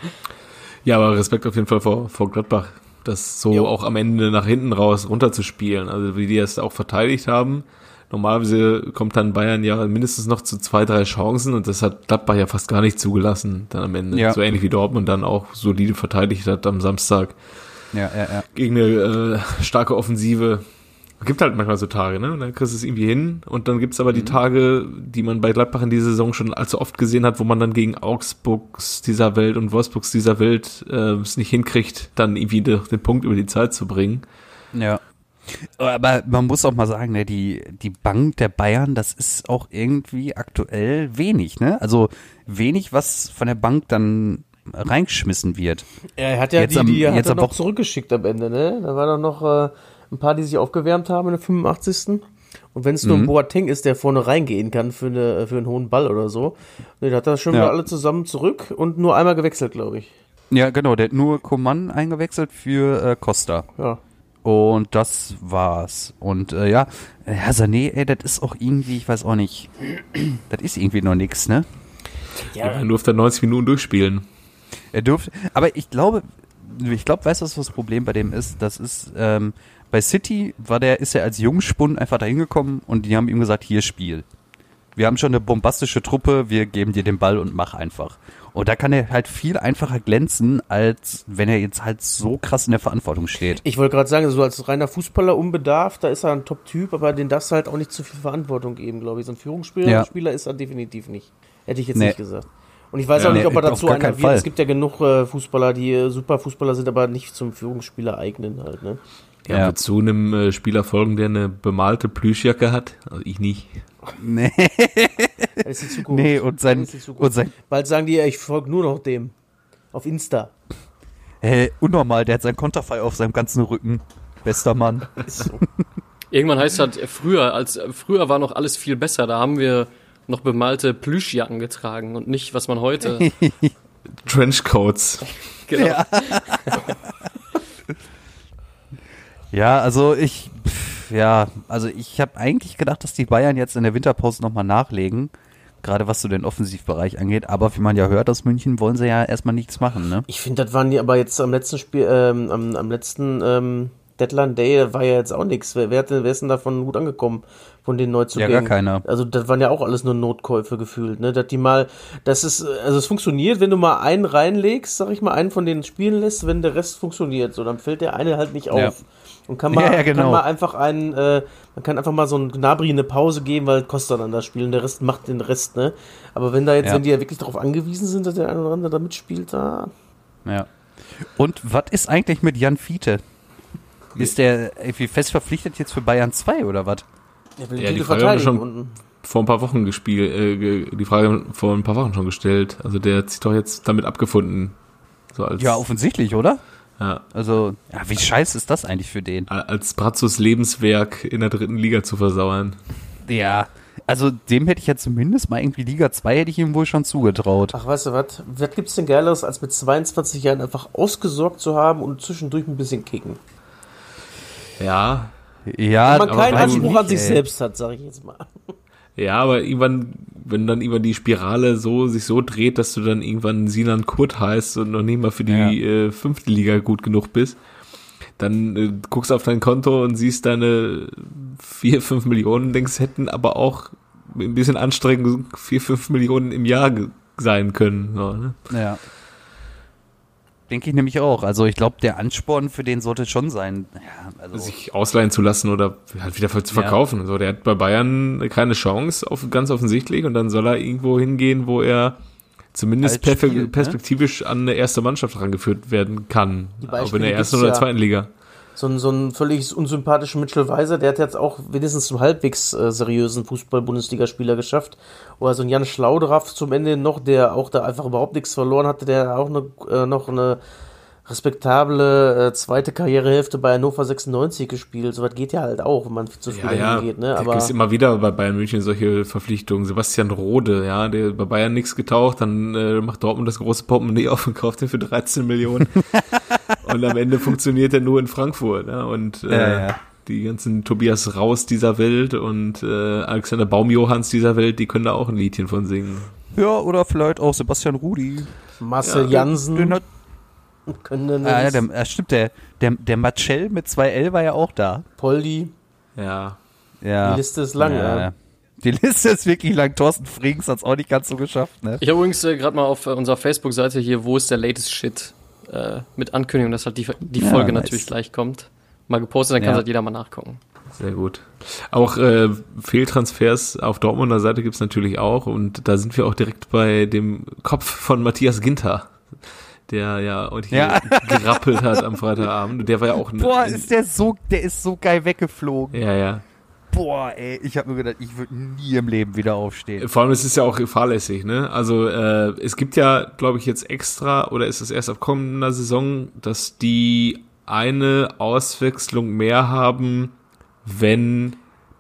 Ja, aber Respekt auf jeden Fall vor, vor Gladbach, das so Jo. auch am Ende nach hinten raus runterzuspielen. Also wie die das auch verteidigt haben. Normalerweise kommt dann Bayern ja mindestens noch zu zwei, drei Chancen und das hat Gladbach ja fast gar nicht zugelassen dann am Ende. Ja. So ähnlich wie Dortmund dann auch solide verteidigt hat am Samstag Ja, ja, ja. gegen eine äh, starke Offensive. Gibt halt manchmal so Tage, ne? Und dann kriegst du es irgendwie hin. Und dann gibt's aber die Tage, die man bei Gladbach in dieser Saison schon allzu oft gesehen hat, wo man dann gegen Augsburgs dieser Welt und Wolfsburgs dieser Welt äh, es nicht hinkriegt, dann irgendwie de, den Punkt über die Zeit zu bringen. Ja. Aber man muss auch mal sagen, ne, die, die Bank der Bayern, das ist auch irgendwie aktuell wenig, ne? Also wenig, was von der Bank dann reingeschmissen wird. Er hat ja Jetzt die, am- die hat jetzt er am noch Wochen- zurückgeschickt am Ende, ne? Da war doch noch äh, ein paar, die sich aufgewärmt haben in der fünfundachtzigsten Und wenn es nur ein Mhm. Boateng ist, der vorne reingehen kann für, eine, für einen hohen Ball oder so, ne, da hat er schon Ja. wieder alle zusammen zurück und nur einmal gewechselt, glaube ich. Ja, genau, der hat nur Coman eingewechselt für äh, Costa. Ja. Und das war's. Und äh, ja, Herr Sané, ey, das ist auch irgendwie, ich weiß auch nicht, das ist irgendwie noch nix, ne? Ja, man durfte neunzig Minuten durchspielen. Er dürfte, aber ich glaube, ich glaube, weißt du, was das Problem bei dem ist? Das ist, ähm, bei City war der, ist er als Jungspund einfach da hingekommen und die haben ihm gesagt, hier Spiel. Wir haben schon eine bombastische Truppe, wir geben dir den Ball und mach einfach. Und da kann er halt viel einfacher glänzen, als wenn er jetzt halt so krass in der Verantwortung steht. Ich wollte gerade sagen, so als reiner Fußballer unbedarft, da ist er ein Top-Typ, aber den darfst du halt auch nicht zu viel Verantwortung geben, glaube ich. So ein Führungsspieler Ja. Spieler ist er definitiv nicht. Hätte ich jetzt Nee. nicht gesagt. Und ich weiß Ja, auch nicht, nee, ob er auf dazu gar einer keinen wird. Fall. Es gibt ja genug äh, Fußballer, die äh, super Fußballer sind, aber nicht zum Führungsspieler eignen halt, ne? Ja, Ja. wird zu einem äh, Spieler folgen, der eine bemalte Plüschjacke hat. Also ich nicht. Nee, Das ist die Zukunft. nee, und sein, Das ist die Zukunft. und sein, Bald sagen die, ja, ich folge nur noch dem. Auf Insta. hey, unnormal, der hat sein Konterfei auf seinem ganzen Rücken. Bester Mann. Ist so. Irgendwann heißt halt früher, als früher war noch alles viel besser. Da haben wir noch bemalte Plüschjacken getragen und nicht, was man heute. Trenchcoats. Genau. Ja. Ja, also ich, pff, ja, also ich habe eigentlich gedacht, dass die Bayern jetzt in der Winterpause nochmal nachlegen, gerade was so den Offensivbereich angeht, aber wie man ja hört aus München, wollen sie ja erstmal nichts machen, ne? Ich finde, das waren die aber jetzt am letzten Spiel, ähm, am, am letzten ähm, Deadline Day war ja jetzt auch nichts. Wer, wer, hat denn, wer ist denn davon gut angekommen, von den Neuzugängen? Ja, gar keiner. Also das waren ja auch alles nur Notkäufe gefühlt, ne? Dass die mal, das ist, also es funktioniert, wenn du mal einen reinlegst, sag ich mal, einen von denen spielen lässt, wenn der Rest funktioniert, so, dann fällt der eine halt nicht auf. Ja. Und kann mal, Ja, ja, genau. kann mal einfach einen, äh, man kann einfach mal so einen Gnabry eine Pause geben, weil Costa dann da spielt und der Rest macht den Rest, ne? Aber wenn da jetzt, Ja. wenn die ja wirklich darauf angewiesen sind, dass der eine oder andere da mitspielt, da. Ja. Und was ist eigentlich mit Jan Fiete? Ist der irgendwie fest verpflichtet jetzt für Bayern zwei oder was? Der will Ja, den die Titel Frage haben wir verteidigen schon unten. vor ein paar Wochen gespielt, äh, ge- die Frage vor ein paar Wochen schon gestellt. Also der hat sich doch jetzt damit abgefunden. So als, Ja, offensichtlich, oder? ja, Also, ja, wie scheiße ist das eigentlich für den? als Brazzos Lebenswerk in der dritten Liga zu versauern. Ja, Also dem hätte ich ja zumindest mal irgendwie Liga zwei hätte ich ihm wohl schon zugetraut. Ach, weißt du was? Was gibt's denn Geileres, als mit zweiundzwanzig Jahren einfach ausgesorgt zu haben und zwischendurch ein bisschen kicken? Ja, Ja, Wenn man keinen aber Anspruch nicht, an sich ey. selbst hat, sage ich jetzt mal. ja, aber irgendwann, wenn dann irgendwann die Spirale so sich so dreht, dass du dann irgendwann Sinan Kurt heißt und noch nicht mal für die Ja. äh, fünfte Liga gut genug bist, dann äh, guckst du auf dein Konto und siehst deine vier, fünf Millionen, denkst, hätten aber auch mit ein bisschen Anstrengung vier, fünf Millionen im Jahr ge- sein können. So, ne? Ja. Denke ich nämlich auch. Also ich glaube, der Ansporn für den sollte schon sein. Ja, also Sich ausleihen zu lassen oder halt wieder zu verkaufen. So, der hat bei Bayern keine Chance, auf, ganz offensichtlich, und dann soll er irgendwo hingehen, wo er zumindest Halt perfe- spielt, ne? perspektivisch an eine erste Mannschaft rangeführt werden kann. Die Ob in Beispiele der ersten gibt's oder ja. zweiten Liga. So ein, so ein völlig unsympathischer Mitchell Weiser, der hat jetzt auch wenigstens zum halbwegs äh, seriösen Fußball-Bundesligaspieler geschafft. Oder so ein Jan Schlaudraff zum Ende noch, der auch da einfach überhaupt nichts verloren hatte, der auch eine, äh, noch eine respektable äh, zweite Karrierehälfte bei Hannover sechsundneunzig gespielt. So was geht ja halt auch, wenn man zu viel Ja, ja, hingeht. Ne? da Aber gibt es immer wieder bei Bayern München solche Verpflichtungen. Sebastian Rode, ja, der bei Bayern nichts getaucht, dann äh, macht Dortmund das große Portemonnaie auf und kauft den für dreizehn Millionen. Und am Ende funktioniert er nur in Frankfurt. Ja, und äh, Ja, ja. die ganzen Tobias Raus dieser Welt und äh, Alexander Baumjohanns dieser Welt, die können da auch ein Liedchen von singen. ja, oder vielleicht auch Sebastian Rudi. Marcel Ja, Jansen Den hat, können dann ah, ja, der, ja, stimmt, der, der, der Marcel mit zwei L war ja auch da. Poldi. Ja. Ja. Die Liste ist lang, ja. ja. Die Liste ist wirklich lang. Thorsten Frings hat es auch nicht ganz so geschafft, ne? Ich habe übrigens äh, gerade mal auf äh, unserer Facebook-Seite hier, wo ist der latest Shit, äh, mit Ankündigung, dass halt die, die Ja, Folge nice. natürlich gleich kommt. Mal gepostet, dann Ja. kann halt jeder mal nachgucken. Sehr gut. Auch äh, Fehltransfers auf Dortmunder Seite gibt's natürlich auch, und da sind wir auch direkt bei dem Kopf von Matthias Ginter, der ja und hier Ja. gerappelt hat am Freitagabend. Der war ja auch ein, Boah, ein, ist der so, der ist so geil weggeflogen. ja, ja. Boah, ey, ich habe mir gedacht, ich würde nie im Leben wieder aufstehen. Vor allem, es ist ja auch fahrlässig, ne? Also äh, es gibt ja, glaube ich, jetzt extra, oder ist es erst ab kommender Saison, dass die eine Auswechslung mehr haben, wenn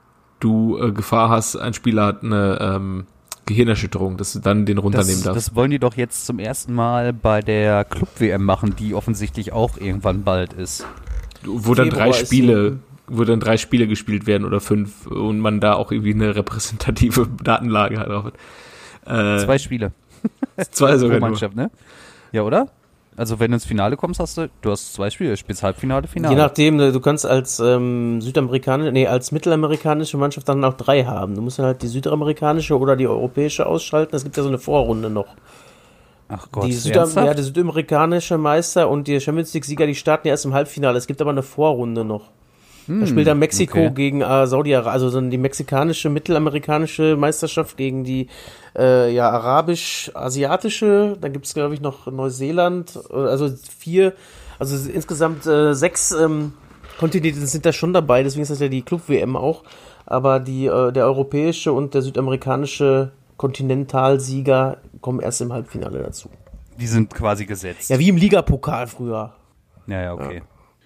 du äh, Gefahr hast, ein Spieler hat eine ähm, Gehirnerschütterung, dass du dann den runternehmen Das, darfst. das wollen die doch jetzt zum ersten Mal bei der Club-W M machen, die offensichtlich auch irgendwann bald ist. Wo dann Februar drei ist Spiele, wo dann drei Spiele gespielt werden oder fünf und man da auch irgendwie eine repräsentative Datenlage halt drauf hat. Äh, Zwei Spiele zwei pro sogar nur. Mannschaft, ne? Ja, oder? Also wenn du ins Finale kommst, hast du, du hast zwei Spiele, spielst Halbfinale, Finale. Je nachdem, ne, du kannst als ähm, südamerikanische, nee, als mittelamerikanische Mannschaft dann auch drei haben. Du musst dann halt die südamerikanische oder die europäische ausschalten. Es gibt ja so eine Vorrunde noch. Ach Gott, Die, Südam ernsthaft? ja, der südamerikanische Meister und die Champions League-Sieger, die starten ja erst im Halbfinale. Es gibt aber eine Vorrunde noch. Da spielt dann Mexiko okay. gegen äh, Saudi-Arabien, also so die mexikanische, mittelamerikanische Meisterschaft gegen die äh, ja, arabisch-asiatische. Dann gibt es, glaube ich, noch Neuseeland. äh, Also vier, also es- insgesamt äh, sechs ähm, Kontinente sind da schon dabei. Deswegen ist das ja die Club-W M auch. Aber die, äh, der europäische und der südamerikanische Kontinentalsieger kommen erst im Halbfinale dazu. Die sind quasi gesetzt. Ja, wie im Ligapokal früher. Ja, ja, okay.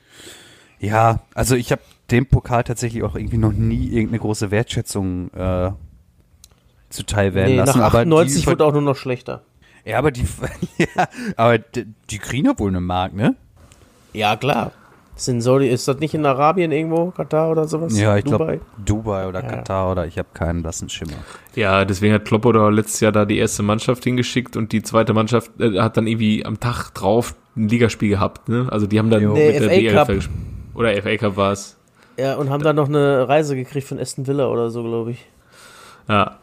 Ja, also ich habe dem Pokal tatsächlich auch irgendwie noch nie irgendeine große Wertschätzung äh, zuteil werden Nee, lassen. nach aber achtundneunzig die, wurde auch nur noch schlechter. ja, aber die, ja, aber die, die kriegen ja wohl eine Mark, ne? Ja, klar. Ist, in Saudi, ist das nicht in Arabien irgendwo, Katar oder sowas? Ja, ich Dubai? glaube Dubai oder Ja. Katar oder ich habe keinen blassen Schimmer. Ja, deswegen hat Klopp oder letztes Jahr da die erste Mannschaft hingeschickt und die zweite Mannschaft äh, hat dann irgendwie am Tag drauf ein Ligaspiel gehabt, ne? Also die haben dann Nee, mit der F A D L F Cup. gespielt. Oder F A Cup war es. Ja, und haben dann noch eine Reise gekriegt von Aston Villa oder so, glaube ich. Ja.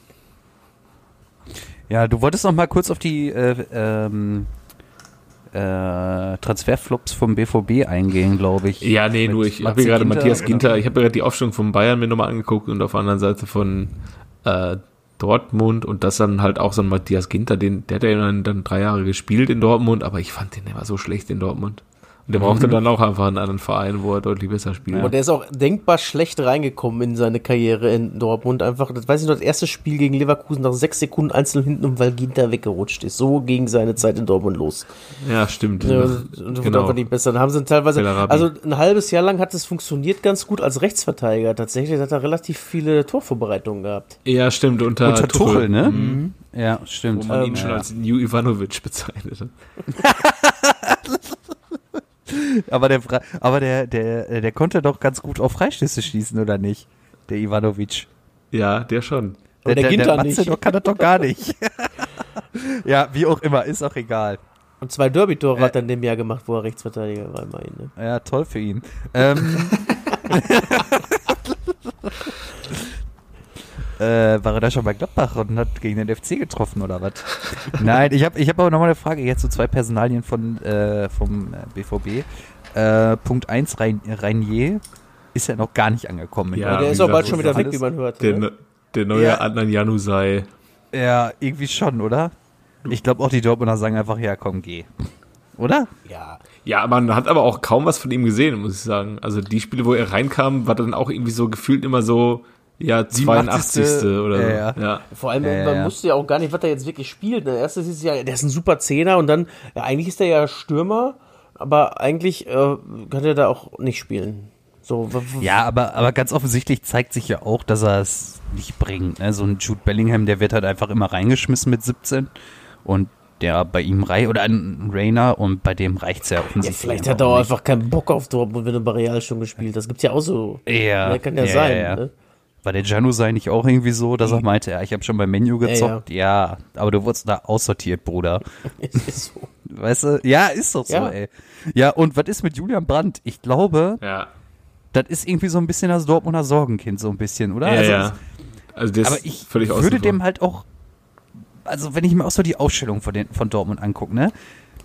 Ja, du wolltest noch mal kurz auf die äh, ähm, äh, Transferflops vom B V B eingehen, glaube ich. Ja, nee, Mit nur ich habe Matze mir gerade Ginter, Matthias oder? Ginter, ich habe mir gerade die Aufstellung von Bayern mir nochmal angeguckt und auf der anderen Seite von äh, Dortmund und das dann halt auch so ein Matthias Ginter, den, der hat ja dann, dann drei Jahre gespielt in Dortmund, aber ich fand den immer so schlecht in Dortmund. Und der brauchte dann auch einfach einen anderen Verein, wo er deutlich besser spielt. Und der ist auch denkbar schlecht reingekommen in seine Karriere in Dortmund. Einfach, das weiß ich noch, das erste Spiel gegen Leverkusen nach sechs Sekunden einzeln hinten um, weil Ginter weggerutscht ist. So ging seine Zeit in Dortmund los. Ja, stimmt. Ja, und wurde Genau. einfach nicht besser. Dann haben sie teilweise, Bellarabi. also ein halbes Jahr lang hat es funktioniert ganz gut als Rechtsverteidiger. Tatsächlich hat er relativ viele Torvorbereitungen gehabt. Ja, stimmt, unter, Unter Tuchel, ne? Mhm. Ja, Wo stimmt. man ihn Ähm, schon ja. als New Ivanovic bezeichnet hat. Aber der, Fra- aber der, der, der konnte doch ganz gut auf Freistöße schießen, oder nicht? Der Ivanovic. Ja, der schon. Aber der Ginter Matze nicht. Doch, kann das doch gar nicht. Ja, wie auch immer, ist auch egal. Und zwei Derby-Tore Äh. hat er in dem Jahr gemacht, wo er Rechtsverteidiger war, immerhin. Ne? Ja, toll für ihn. Ähm, äh, war er da schon bei Gladbach und hat gegen den F C getroffen oder was? Nein, ich habe ich hab aber nochmal eine Frage jetzt zu zwei Personalien von, äh, vom äh, B V B. Äh, Punkt eins, Rein, Reinier ist ja noch gar nicht angekommen. in Ja, Aber der wie ist auch gesagt, bald das schon ist wieder weg, alles- wie man hört. Der, Ne? der neue Ja. Adnan Januzaj. Ja, irgendwie schon, oder? Ich glaube auch die Dortmunder sagen einfach, ja komm, geh. Oder? Ja, Ja, man hat aber auch kaum was von ihm gesehen, muss ich sagen. Also die Spiele, wo er reinkam, war dann auch irgendwie so gefühlt immer so, ja, zweiundachtzigste oder so. Ja, ja. Ja. vor allem, Ja, ja, man ja. wusste ja auch gar nicht, was er jetzt wirklich spielt. Ne? Erstes ist ja, der ist ein super Zehner und dann, ja, eigentlich ist er ja Stürmer, aber eigentlich äh, kann er da auch nicht spielen. So, w- w- Ja, aber, aber ganz offensichtlich zeigt sich ja auch, dass er es nicht bringt. Ne? So ein Jude Bellingham, der wird halt einfach immer reingeschmissen mit siebzehn und der bei ihm reicht, oder ein Rainer und bei dem reicht's ja ja, offensichtlich. vielleicht hat er auch einfach keinen Bock auf Dortmund, wenn er bei Real schon gespielt. Das gibt's ja auch so. Ja, Ja, kann ja, ja, sein. ja. Ne? War der Januzaj nicht auch irgendwie so, dass er meinte, ja, ich habe schon beim Menu gezockt? Ja, aber du wurdest da aussortiert, Bruder. ist so. Weißt du? Ja, ist doch so, Ja. ey. Ja, und was ist mit Julian Brandt? Ich glaube, Ja, das ist irgendwie so ein bisschen das Dortmunder Sorgenkind, so ein bisschen, oder? ja, also, ja. Also der ist Aber ich völlig außen würde vor. dem halt auch, also wenn ich mir auch so die Ausstellung von, den, von Dortmund angucke, ne?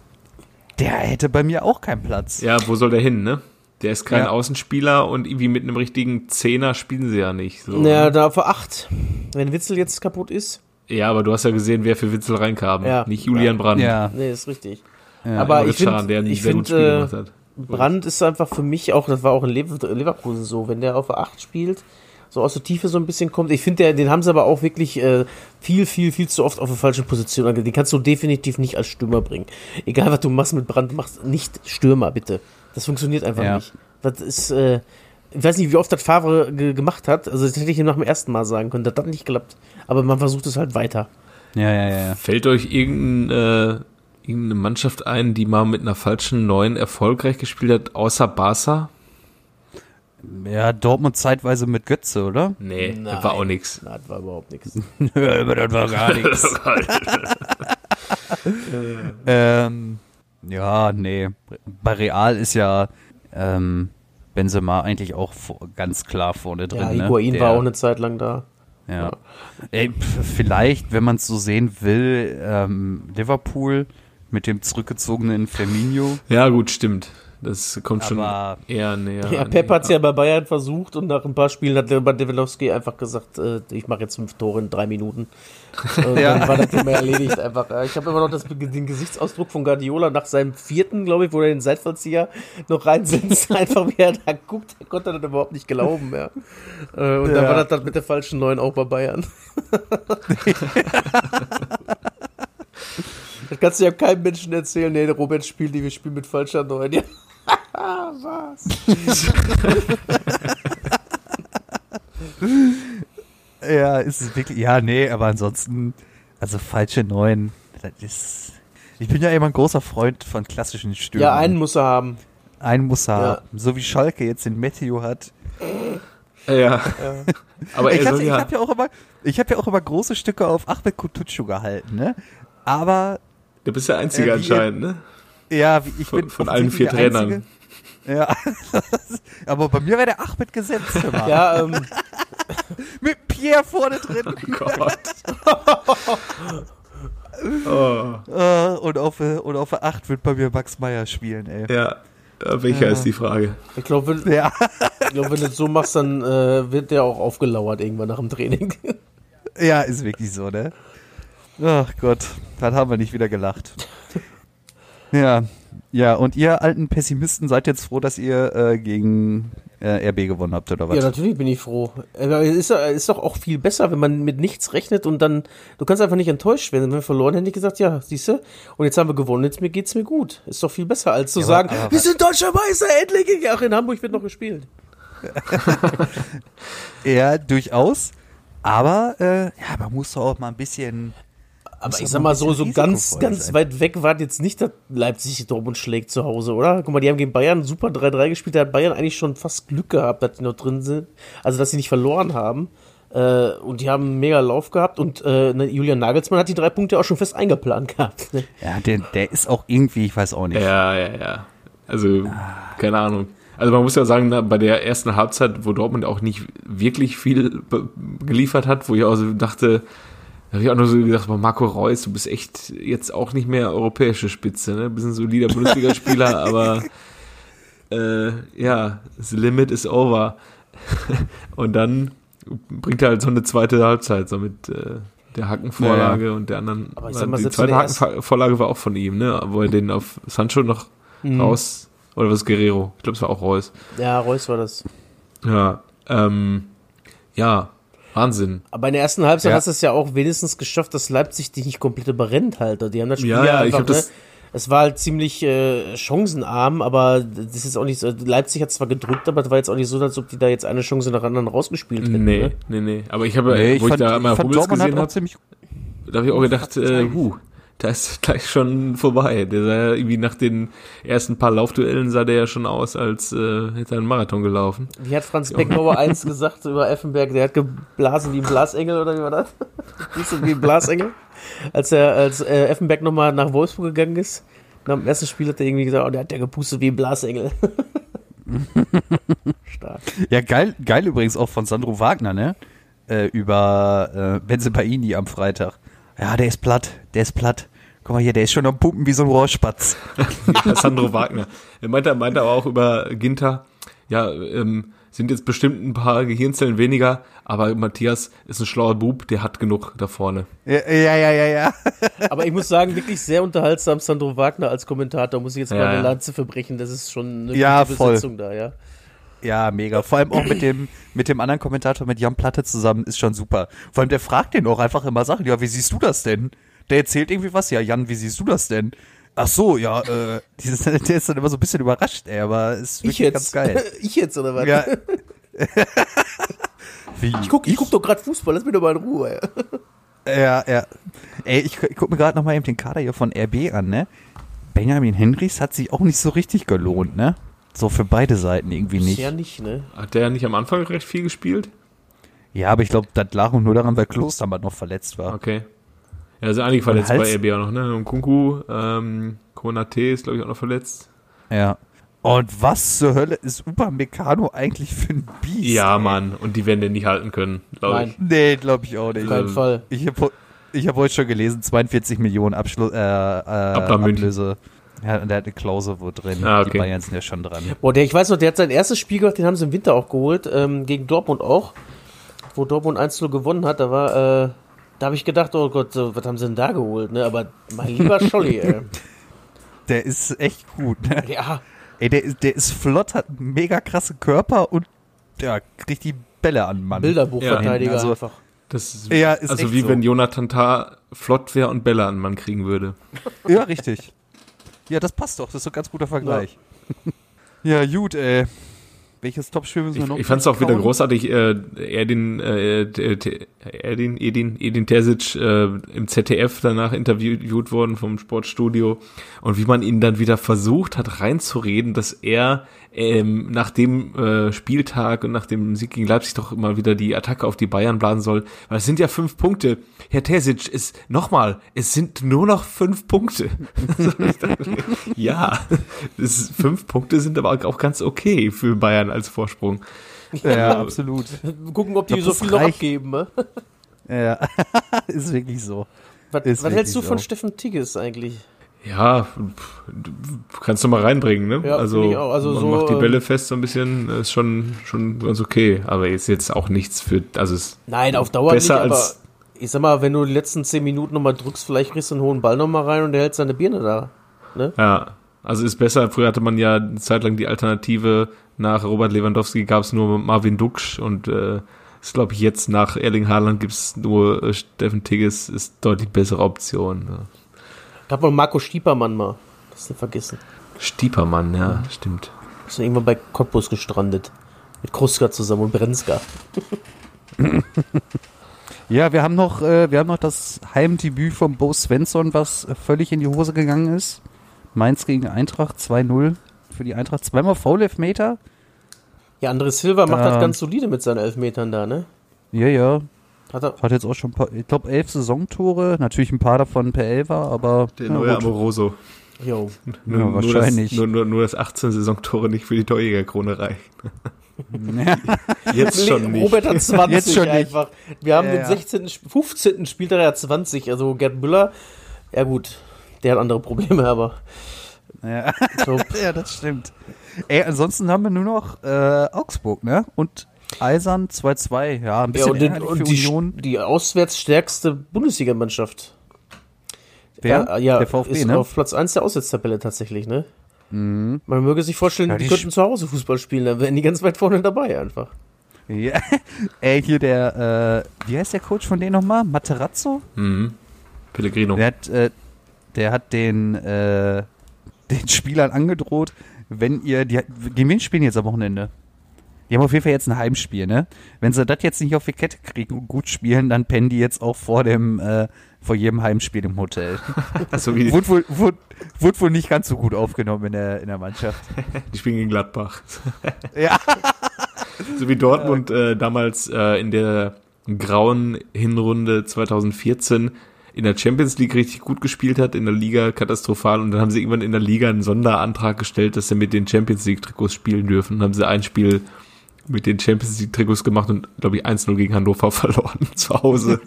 Der hätte bei mir auch keinen Platz. Ja, wo soll der hin, ne? Der ist kein Ja. Außenspieler und irgendwie mit einem richtigen Zehner spielen sie ja nicht. So. Naja, da für acht. Wenn Witzel jetzt kaputt ist. Ja, aber du hast ja gesehen, wer für Witzel reinkam. Ja. Nicht Julian Brandt. Ja, Nee, ist richtig. ja. aber Emre ich finde, Can, der ein ich sehr gutes find, Spiel äh, gemacht hat. Brandt ist einfach für mich auch, das war auch in Lever- Leverkusen so, wenn der auf der acht spielt, so aus der Tiefe so ein bisschen kommt. Ich finde, der- den haben sie aber auch wirklich äh, viel, viel, viel zu oft auf der falschen Position angelegt. Den kannst du definitiv nicht als Stürmer bringen. Egal, was du machst mit Brandt, machst nicht Stürmer, bitte. Das funktioniert einfach Ja. nicht. Das ist, äh, ich weiß nicht, wie oft das Favre ge gemacht hat. Also, das hätte ich ihm nach dem ersten Mal sagen können. Das hat nicht geklappt. Aber man versucht es halt weiter. ja, ja, ja, ja. Fällt euch irgendein, äh, irgendeine Mannschaft ein, die mal mit einer falschen Neun erfolgreich gespielt hat, außer Barca? Ja, Dortmund zeitweise mit Götze, oder? Nee, Nein. das war auch nix. Na, das war überhaupt nichts. Ja, aber das war gar nichts. ähm, ja, nee. Bei Real ist ja ähm, Benzema eigentlich auch vor, ganz klar vorne drin. Ja, ne? Higuain Der- war auch eine Zeit lang da. Ja. Ey, pf, vielleicht, wenn man es so sehen will, ähm, Liverpool mit dem zurückgezogenen Firmino. Ja, gut, stimmt. Das kommt schon Aber- eher näher. Ja, an Pep ihn. hat es ja bei Bayern versucht und nach ein paar Spielen hat Lewandowski einfach gesagt, äh, ich mache jetzt fünf Tore in drei Minuten. Und Ja. dann war das Thema erledigt einfach. Ich habe immer noch das, den Gesichtsausdruck von Guardiola nach seinem vierten, glaube ich, wo er den Seitfallzieher noch reinsetzt, einfach wie er da guckt, er konnte das überhaupt nicht glauben. Ja. Äh, Und dann Ja. war das dann mit der falschen Neun auch bei Bayern. Das kannst du ja keinem Menschen erzählen, nee, der Robert spielt nicht, wir spielen mit falscher Neun. Ja. Was? Ja, ist es wirklich. Ja, nee, aber ansonsten, also falsche Neun, das ist. Ich bin ja immer ein großer Freund von klassischen Stürmern. Ja, einen muss er haben. Einen muss er Ja. haben. So wie Schalke jetzt den Matthew hat. Ja. Aber er Ich, hatte, soll ich ja. habe ja auch immer, ich habe ja auch immer große Stücke auf Ahmed Kutucu gehalten, ne? Aber Du bist der Einzige Äh, wie anscheinend, ne? ja, wie- ich Von- bin von allen vier offensichtlich der Trainern. Einzige- Ja, aber bei mir wäre der Ahmed gesetzt immer. Ja, ähm, Mit Pierre vorne drin. Gott. Oh. Äh, und auf äh, und auf der acht wird bei mir Max Meyer spielen, ey. Ja. Äh, Welcher Ja. ist die Frage? ich glaube, wenn, Ja, ich glaub, wenn du das so machst, dann äh, wird der auch aufgelauert irgendwann nach dem Training. ja, ist wirklich so, ne? Ach Gott, dann haben wir nicht wieder gelacht. Ja, Ja, und ihr alten Pessimisten seid jetzt froh, dass ihr äh, gegen äh, R B gewonnen habt, oder was? Ja, natürlich bin ich froh. Es ist, ist doch auch viel besser, wenn man mit nichts rechnet und dann, du kannst einfach nicht enttäuscht werden. Wenn wir verloren, hätte ich gesagt, ja, siehst du, und jetzt haben wir gewonnen, jetzt mir geht's mir gut. Ist doch viel besser, als zu Ja, sagen, aber- aber- wir sind deutscher Meister, endlich. Ach, in Hamburg wird noch gespielt. Ja, durchaus. Aber äh, ja, man muss doch auch mal ein bisschen. Aber muss ich doch sag ein mal so, so bisschen ganz, risikovoll ganz sein. weit weg war jetzt nicht, dass Leipzig Dortmund schlägt zu Hause, oder? Guck mal, die haben gegen Bayern super drei drei gespielt, da hat Bayern eigentlich schon fast Glück gehabt, dass die noch drin sind. Also, dass sie nicht verloren haben. Äh, und die haben einen mega Lauf gehabt und äh, ne, Julian Nagelsmann hat die drei Punkte auch schon fest eingeplant gehabt. Ne? Ja, der, der ist auch irgendwie, ich weiß auch nicht. Ja, ja, ja. Also, keine Ahnung. Also man muss ja sagen, na, bei der ersten Halbzeit, wo Dortmund auch nicht wirklich viel be- geliefert hat, wo ich auch so dachte, da habe ich auch nur so gedacht, boah, Marco Reus, du bist echt jetzt auch nicht mehr europäische Spitze, ne? Bisschen solider Bundesligaspieler, aber äh, ja, das Limit is over. Und dann bringt er halt so eine zweite Halbzeit, so mit äh, der Hackenvorlage Ja, ja. und der anderen. Aber ich sag mal, die selbst zweite in der ersten- Hackenvorlage war auch von ihm, ne? Wo er den auf Sancho noch Mhm. raus, oder was, Guerrero? Ich glaube, es war auch Reus. Ja, Reus war das. Ja, ähm, ja, Wahnsinn. Aber in der ersten Halbzeit Ja. hast du es ja auch wenigstens geschafft, dass Leipzig dich nicht komplett überrennt halt. Die haben das Spiel Ja, ja, ja, ich einfach, hab das- ne? Es war halt ziemlich äh, chancenarm, aber das ist auch nicht so. Leipzig hat zwar gedrückt, aber es war jetzt auch nicht so, als ob die da jetzt eine Chance nach der anderen rausgespielt hätten. Nee, Ne? nee, nee. Aber ich habe, Nee, ich wo fand, ich da immer ich fand Hummels Dortmund hat gesehen auch habe, ziemlich. da habe ich auch gedacht, äh, huh, da ist gleich schon vorbei. Der sah ja irgendwie nach den ersten paar Laufduellen sah der ja schon aus, als äh, hätte er einen Marathon gelaufen. Wie hat Franz Beckenbauer eins gesagt über Effenberg? Der hat geblasen wie ein Blasengel, oder wie war das? Siehst du, wie ein Blasengel? Als er, als äh, Effenberg nochmal nach Wolfsburg gegangen ist, nach dem ersten Spiel hat er irgendwie gesagt, oh, der hat ja gepustet wie ein Blasengel. Stark. Ja, geil, geil übrigens auch von Sandro Wagner, ne? Äh, über äh, Bensebaini am Freitag. Ja, der ist platt, der ist platt. Guck mal hier, der ist schon am Pumpen wie so ein Rohrspatz. Ja, Sandro Wagner. Er meinte, er meinte aber auch über Ginter, ja, ähm, sind jetzt bestimmt ein paar Gehirnzellen weniger, aber Matthias ist ein schlauer Bub, der hat genug da vorne. Ja, ja, ja, ja. ja. Aber ich muss sagen, wirklich sehr unterhaltsam, Sandro Wagner als Kommentator, muss ich jetzt mal Ja, eine ja. Lanze verbrechen, das ist schon eine Ja, gute voll. Besetzung da, ja. Ja, mega. Vor allem auch mit dem, mit dem anderen Kommentator, mit Jan Platte zusammen, ist schon super. Vor allem, der fragt den auch einfach immer Sachen. Ja, wie siehst du das denn? Der erzählt irgendwie was. Ja, Jan, wie siehst du das denn? Ach so, ja, äh, dieses, der ist dann immer so ein bisschen überrascht, ey, aber ist wirklich Ich jetzt? ganz geil. Ich jetzt, oder was? Ja. Wie? Ich guck, ich guck doch gerade Fußball, lass mich doch mal in Ruhe. Ey. Ja, ja. Ey, ich, ich guck mir gerade nochmal eben den Kader hier von R B an, ne? Benjamin Henrichs hat sich auch nicht so richtig gelohnt, ne? So für beide Seiten irgendwie nicht. Ja, nicht, ne? Hat der nicht am Anfang recht viel gespielt? Ja, aber ich glaube, das lag auch nur daran, weil Klostermann noch verletzt war. Okay. Ja, sind einige verletzt Hals- bei R B auch noch, ne? Und Kunku, ähm, Konate ist, glaube ich, auch noch verletzt. Ja. Und was zur Hölle ist Upamecano eigentlich für ein Biest? Ja, ey? Mann. Und die werden den nicht halten können, glaube ich. Nee, glaube ich auch nicht. Auf keinen Ähm, Fall. Ich habe ich hab heute schon gelesen, zweiundvierzig Millionen Abschluss, äh, äh, nach München. Ablöse. Ja, und der hat eine Klausel wo drin. Ah, okay. Die Bayern sind ja schon dran. Boah, der, ich weiß noch, der hat sein erstes Spiel gemacht, den haben sie im Winter auch geholt, ähm, gegen Dortmund auch, wo Dortmund eins zu null gewonnen hat, da war, äh, da habe ich gedacht, oh Gott, so, was haben sie denn da geholt, ne, aber mein lieber Scholli, ey. Der ist echt gut. Ne? Ja, Ey, der, ist- der ist flott, hat einen mega krassen Körper und ja, kriegt die Bälle an, Mann. Bilderbuchverteidiger Ja, also- einfach. Das ist, Ja, ist also echt wie so. wenn Jonathan Tah flott wäre und Bälle an den Mann kriegen würde. Ja, richtig. Ja, das passt doch. Das ist doch ein ganz guter Vergleich. Ja, gut, ey. Welches Topspiel müssen wir Ich, noch? ich fand es auch wieder kauen? großartig, äh, Erdin, äh, t- t- Erdin, Edin, Edin Terzic äh, im Z D F danach interviewt worden vom Sportstudio und wie man ihn dann wieder versucht hat reinzureden, dass er ähm, nach dem äh, Spieltag und nach dem Sieg gegen Leipzig doch immer wieder die Attacke auf die Bayern blasen soll, weil es sind ja fünf Punkte. Herr Terzic, ist nochmal, es sind nur noch fünf Punkte. Ich dachte, ja, es, fünf Punkte sind aber auch ganz okay für Bayern als Vorsprung. Ja, absolut. Gucken, ob die Ich so glaub, viel das noch reicht. abgeben, ne? Ja, ist wirklich so. Was, Ist was hältst du wirklich von so. Steffen Tigges eigentlich? Ja, pff, du kannst du mal reinbringen, ne? Ja, also, finde ich auch. Also man so, macht die ähm, Bälle fest so ein bisschen, ist schon, schon ganz okay. Aber ist jetzt auch nichts für, also es Nein, auf Dauer besser nicht, aber als, ich sag mal, wenn du die letzten zehn Minuten nochmal drückst, vielleicht kriegst du einen hohen Ball nochmal rein und der hält seine Birne da. Ne? ja, Also ist besser, früher hatte man ja eine Zeit lang die Alternative, nach Robert Lewandowski gab es nur Marvin Duksch und äh, ist, glaube ich, jetzt nach Erling Haaland gibt es nur äh, Steffen Tigges, ist deutlich bessere Option. Ja. Da hat man Marco Stiepermann mal, das ist nicht vergessen. Stiepermann, ja, ja. Stimmt. Ist ja irgendwann bei Cottbus gestrandet. Mit Kruska zusammen und Brenzka. Ja, wir haben noch, äh, wir haben noch das Heimdebüt von Bo Svensson, was äh, völlig in die Hose gegangen ist. Mainz gegen Eintracht zwei null für die Eintracht. Zweimal Foul-Elfmeter. Ja, André Silva macht Ähm. das ganz solide mit seinen Elfmetern da, ne? Ja, ja. Hat er, Hat jetzt auch schon ein paar, ich glaube, elf Saisontore. Natürlich ein paar davon per Elfer, aber. Der ja, neue gut. Amoroso. jo. Nur, Ja, wahrscheinlich. Nur, das, nur, nur, nur das achtzehn Saisontore nicht für die Torjägerkrone reichen. Ja. Jetzt schon nicht. Robert hat zwanzig Jetzt schon nicht. einfach. Wir haben Ja, den ja. sechzehnten, Sp- fünfzehnten Spieltag, der hat zwanzig. Also Gerd Müller, ja gut, der hat andere Probleme, aber Ja. so, Ja, das stimmt. Ey, ansonsten haben wir nur noch äh, Augsburg, ne? Und Eisern zwei zwei. Ja, ein ja, bisschen und, den, ärgerlich und für die, Union. die auswärts stärkste Bundesligamannschaft. Wer? Ja, ja Der VfB, ist ne? auf Platz eins der Auswärtstabelle tatsächlich, ne? Man möge sich vorstellen, Ja, die, die könnten zu Hause Fußball spielen, dann wären die ganz weit vorne dabei einfach. Ja. Ey, hier der, äh, wie heißt der Coach von denen nochmal? Materazzo? Mhm. Pellegrino. Der hat, äh, der hat den, äh, den Spielern angedroht, wenn ihr, die, gegen wen spielen die jetzt am Wochenende? Die haben auf jeden Fall jetzt ein Heimspiel, ne? Wenn sie das jetzt nicht auf die Kette kriegen und gut spielen, dann pennen die jetzt auch vor dem, äh, vor jedem Heimspiel im Hotel. So wie die, Wurde wohl, wurde, wurde wohl nicht ganz so gut aufgenommen in der, in der Mannschaft. die spielen gegen Gladbach. Ja. So wie Dortmund äh, damals äh, in der grauen Hinrunde zwanzig vierzehn in der Champions League richtig gut gespielt hat, in der Liga katastrophal, und dann haben sie irgendwann in der Liga einen Sonderantrag gestellt, dass sie mit den Champions League Trikots spielen dürfen. Dann haben sie ein Spiel mit den Champions League Trikots gemacht und, glaube ich, eins null gegen Hannover verloren zu Hause.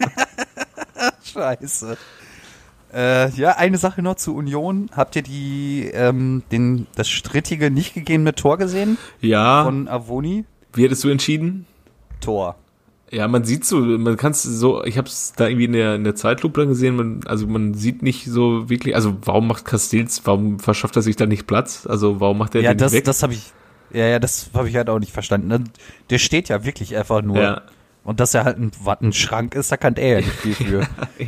Scheiße. Äh, ja, eine Sache noch zu Union. Habt ihr die, ähm, den, das strittige, nicht gegebene Tor gesehen Ja, von Avoni? wie hättest du entschieden? Tor. Ja, man sieht so, man kann es so, ich habe es da irgendwie in der in der Zeitlupe dann gesehen, man, also man sieht nicht so wirklich, also warum macht Castells, warum verschafft er sich da nicht Platz? Also warum macht er Ja, den das, nicht weg? das habe ich, ja, ja, das habe ich halt auch nicht verstanden. Der steht ja wirklich einfach nur. Ja. Und dass er halt ein Wattenschrank ist, da kann er ja nicht viel für.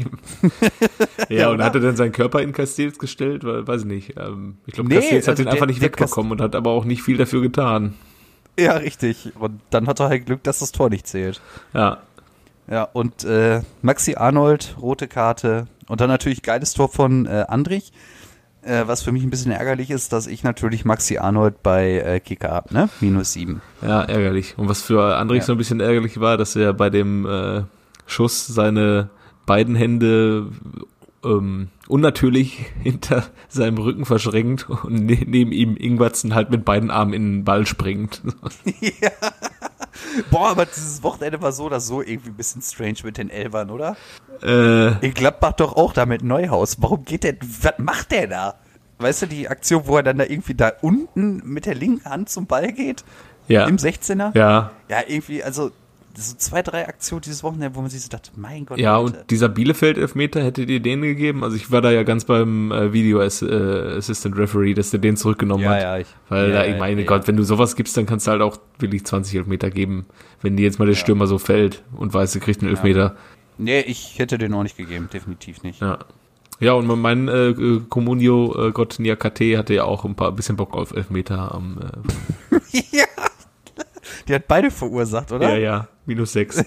Ja, und hat er dann seinen Körper in Castells gestellt? Weil, weiß ich nicht. Ähm, ich glaube, Nee, Castells hat also ihn einfach der- nicht der wegbekommen und hat aber auch nicht viel dafür getan. Ja, richtig. Und dann hat er halt Glück, dass das Tor nicht zählt. Ja. Ja, und äh, Maxi Arnold, rote Karte. Und dann natürlich geiles Tor von äh, Andrich. Äh, was für mich ein bisschen ärgerlich ist, dass ich natürlich Maxi Arnold bei äh, Kicker habe, ne? Minus sieben. Ja, ärgerlich. Und was für Andrich Ja. so ein bisschen ärgerlich war, dass er bei dem äh, Schuss seine beiden Hände ähm, unnatürlich hinter seinem Rücken verschränkt und ne neben ihm Ingwertsen halt mit beiden Armen in den Ball springt. Ja. Boah, aber dieses Wochenende war so oder so irgendwie ein bisschen strange mit den Elfern, oder? äh, In Gladbach doch auch da mit Neuhaus. Warum geht der, was macht der da? Weißt du, die Aktion, wo er dann da irgendwie da unten mit der linken Hand zum Ball geht? ja. Im sechzehner? Ja. Ja, irgendwie, also so zwei, drei Aktionen dieses Wochenende, wo man sich so dachte, mein Gott, Ja, Leute. und dieser Bielefeld-Elfmeter, hättet ihr den gegeben? Also ich war da ja ganz beim äh, Video -Ass äh, Assistant Referee, dass der den zurückgenommen Ja, hat. ja, ich- Weil ja, da, ich ja, meine ja. Gott, wenn du sowas gibst, dann kannst du halt auch wirklich zwanzig Elfmeter geben, wenn dir jetzt mal der Stürmer so fällt und weiß, er kriegt einen Elfmeter. Nee, ich hätte den auch nicht gegeben, definitiv nicht. Ja. Ja, und mein äh, äh, Comunio äh, Gott Niakate hatte ja auch ein paar bisschen Bock auf Elfmeter am äh, Ja. Die hat beide verursacht, oder? Ja, ja, minus sechs.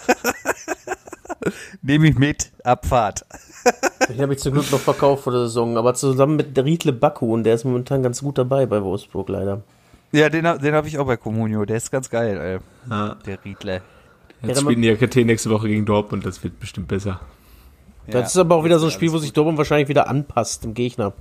Nehme ich mit, Abfahrt. Den habe ich zum Glück noch verkauft vor der Saison, aber zusammen mit Riedle Baku, und der ist momentan ganz gut dabei bei Wolfsburg leider. Ja, den, hab- den habe ich auch bei Comunio, der ist ganz geil, ey. Ja. Der Riedle. Jetzt Ja, spielt Niakate nächste Woche gegen Dortmund, das wird bestimmt besser. Ja. Das ist aber auch wieder so ein Alles Spiel, wo sich Dortmund wahrscheinlich wieder anpasst dem Gegner.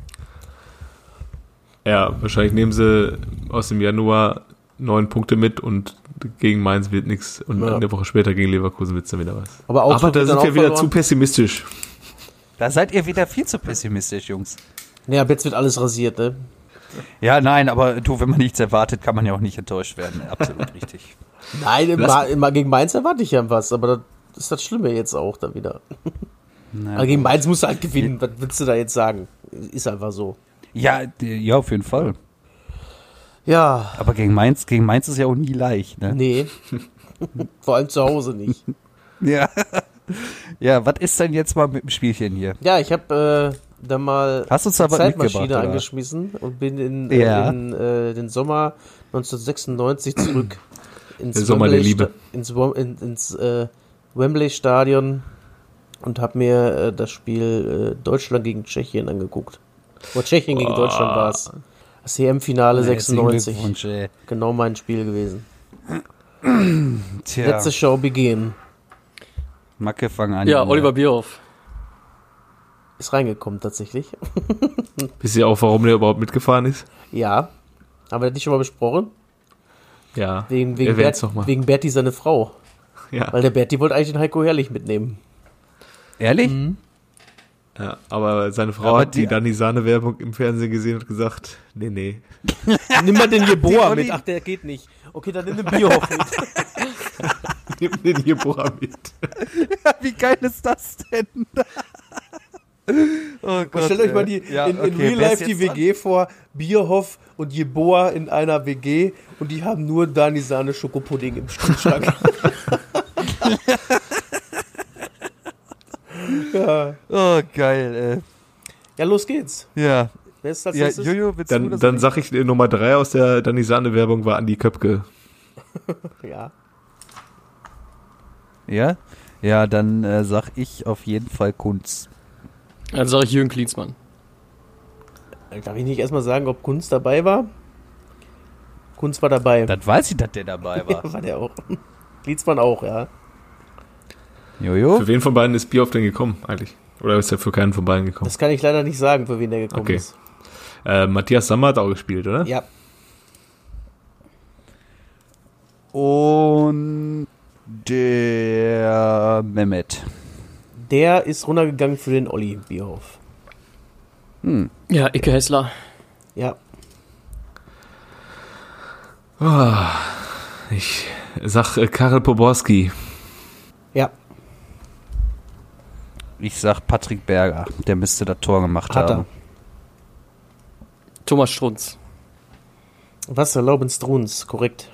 Ja, wahrscheinlich nehmen sie aus dem Januar neun Punkte mit und gegen Mainz wird nichts. Und Ja. eine Woche später gegen Leverkusen wird es dann wieder was. Aber Augsburg Aber da wird sind dann wir auch wieder verloren. zu pessimistisch. Da seid ihr wieder viel zu pessimistisch, Jungs. Ja, ab jetzt wird alles rasiert, ne? Ja, nein, aber du, wenn man nichts erwartet, kann man ja auch nicht enttäuscht werden. Absolut richtig. Nein, Lass- immer, immer gegen Mainz erwarte ich ja was, aber das ist das Schlimme jetzt auch da wieder. Na, Also gegen Mainz musst du halt gewinnen, was willst du da jetzt sagen? Ist einfach so. Ja, d- ja, auf jeden Fall. Ja, Aber gegen Mainz, gegen Mainz ist ja auch nie leicht, ne? nee. Vor allem zu Hause nicht. Ja. Ja, was ist denn jetzt mal mit dem Spielchen hier? Ja, ich habe äh, da mal Hast du uns die aber Zeitmaschine mitgebracht, oder? angeschmissen und bin in, Ja. äh, in äh, den Sommer neunzehnhundertsechsundneunzig zurück ins Der Sommer der Wembley Liebe. Sta- ins, Wem- in, ins äh, Wembley Stadion und habe mir äh, das Spiel äh, Deutschland gegen Tschechien angeguckt. Wo Tschechien gegen Deutschland war es. Das E M-Finale sechsundneunzig. Herzlichen Glückwunsch, ey. Genau mein Spiel gewesen. Tja, Letzte Show begehen. Macke, fang an. Ja, Junge. Oliver Bierhoff. Ist reingekommen tatsächlich. Wisst ihr auch, warum der überhaupt mitgefahren ist? Ja. Haben wir das nicht schon mal besprochen? Ja, Wegen, wegen, erwähn's Bert, noch mal. wegen Berti, seine Frau. Ja. Weil der Berti wollte eigentlich den Heiko Herrlich mitnehmen. Ehrlich? ja, aber seine Frau Aber hat die die- Dani Sahne-Werbung im Fernsehen gesehen und gesagt, nee, nee. Nimm mal den Jeboa Olli- mit. Ach, der geht nicht. Okay, dann nimm den Bierhoff mit. Nimm den hier Bohrer mit. Wie geil ist das denn? Oh Gott, Stellt euch ey. mal die, Ja, in, in okay, Real wer ist Life die jetzt W dran? G vor. Bierhoff und Jeboa in einer W G und die haben nur Dani Sahne Schokopudding im Kühlschrank. ja. Oh, geil, ja, los geht's. ey. Ja. Wer ist als Ja, nächstes? Jojo, willst du Dann, das dann nicht? sag ich, äh, Nummer drei aus der Dani Sahne-Werbung war Andi Köpke. Ja. Ja? Ja, dann äh, sag ich auf jeden Fall Kunz. Dann sage ich Jürgen Klinsmann. Darf ich nicht erstmal sagen, ob Kunz dabei war? Kunz war dabei. Das weiß ich, dass der dabei war. Ja, war der auch. Klinsmann auch, ja. Jojo? Für wen von beiden ist Bierhoff denn gekommen eigentlich? Oder ist er für keinen von beiden gekommen? Das kann ich leider nicht sagen, für wen der gekommen Okay. ist. Äh, Matthias Sammer hat auch gespielt, oder? Ja. Und der Mehmet. Der ist runtergegangen für den Olli Bierhoff. Ja, Icke Hessler. Ja. Ah, ich sag äh, Karel Poborski. Ja. Ich sag Patrick Berger. Der müsste das Tor gemacht Hat haben. Thomas Strunz. Was erlauben Struns, korrekt.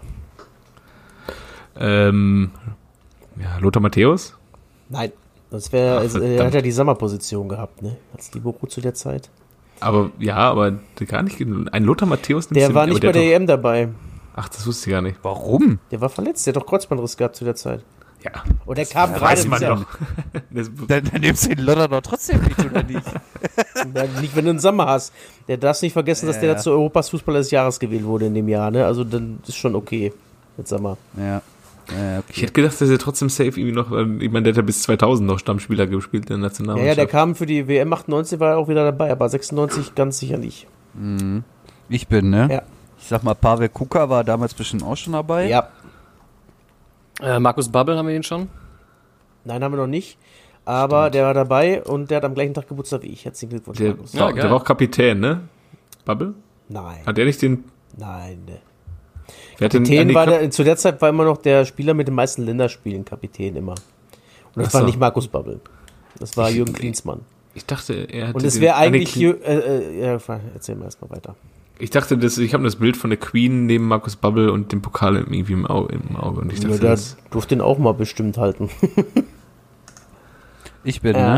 Ähm, ja, Lothar Matthäus? Nein. Das wäre, Ach, also, er verdammt. hat ja die Sommerposition gehabt, ne? Als Libero zu der Zeit. Aber ja, aber gar nicht. Ein Lothar Matthäus nimmst Der du war mit, nicht aber bei der hat E M dabei. doch- Ach, das wusste ich gar nicht. Warum? Der war verletzt, der hat doch Kreuzbandriss gehabt zu der Zeit. Ja, Und der kam weiß gerade man wieder. doch. Das, Dann, dann nimmst du den Lotter doch trotzdem nicht, oder nicht? Ja, nicht, wenn du einen Sommer hast. Der darfst nicht vergessen, dass Ja, der ja. da zu Europas Fußballer des Jahres gewählt wurde in dem Jahr, ne? Also dann ist schon okay mit Sommer. Ja. Ja, ich okay. hätte gedacht, dass er trotzdem safe irgendwie noch, weil ich meine, der hat ja bis zweitausend noch Stammspieler gespielt in der Ja, Nationalmannschaft. ja, der kam für die W M achtundneunzig, war er auch wieder dabei, aber sechsundneunzig ganz sicher nicht. Ich bin, ne? Ja. Ich sag mal, Pavel Kuka war damals bestimmt auch schon dabei. Ja. Äh, Markus Babbel, haben wir den schon? Nein, haben wir noch nicht. Aber der war dabei und der hat am gleichen Tag Geburtstag wie ich. Herzlichen Glückwunsch, Der, Markus. Ja, war, geil. der war auch Kapitän, ne? Bubble? Nein, Hat er nicht den... nein. Ne. Wer hat den Kapitän Andy war Köp- der, zu der Zeit war immer noch der Spieler mit den meisten Länderspielen, Kapitän immer. Und das Ach war so. nicht Markus Babbel. Das war Ich- Jürgen Klinsmann. Ich dachte, er hatte Und es den wäre Andy eigentlich... Kli- Jür- äh, äh, ja, erzähl mal erstmal weiter. Ich dachte, das, ich habe das Bild von der Queen neben Markus Bubble und dem Pokal irgendwie im Auge. Im Auge und ich Ja, dachte, der das, durfte den auch mal bestimmt halten. Ich bin, Ja. ne?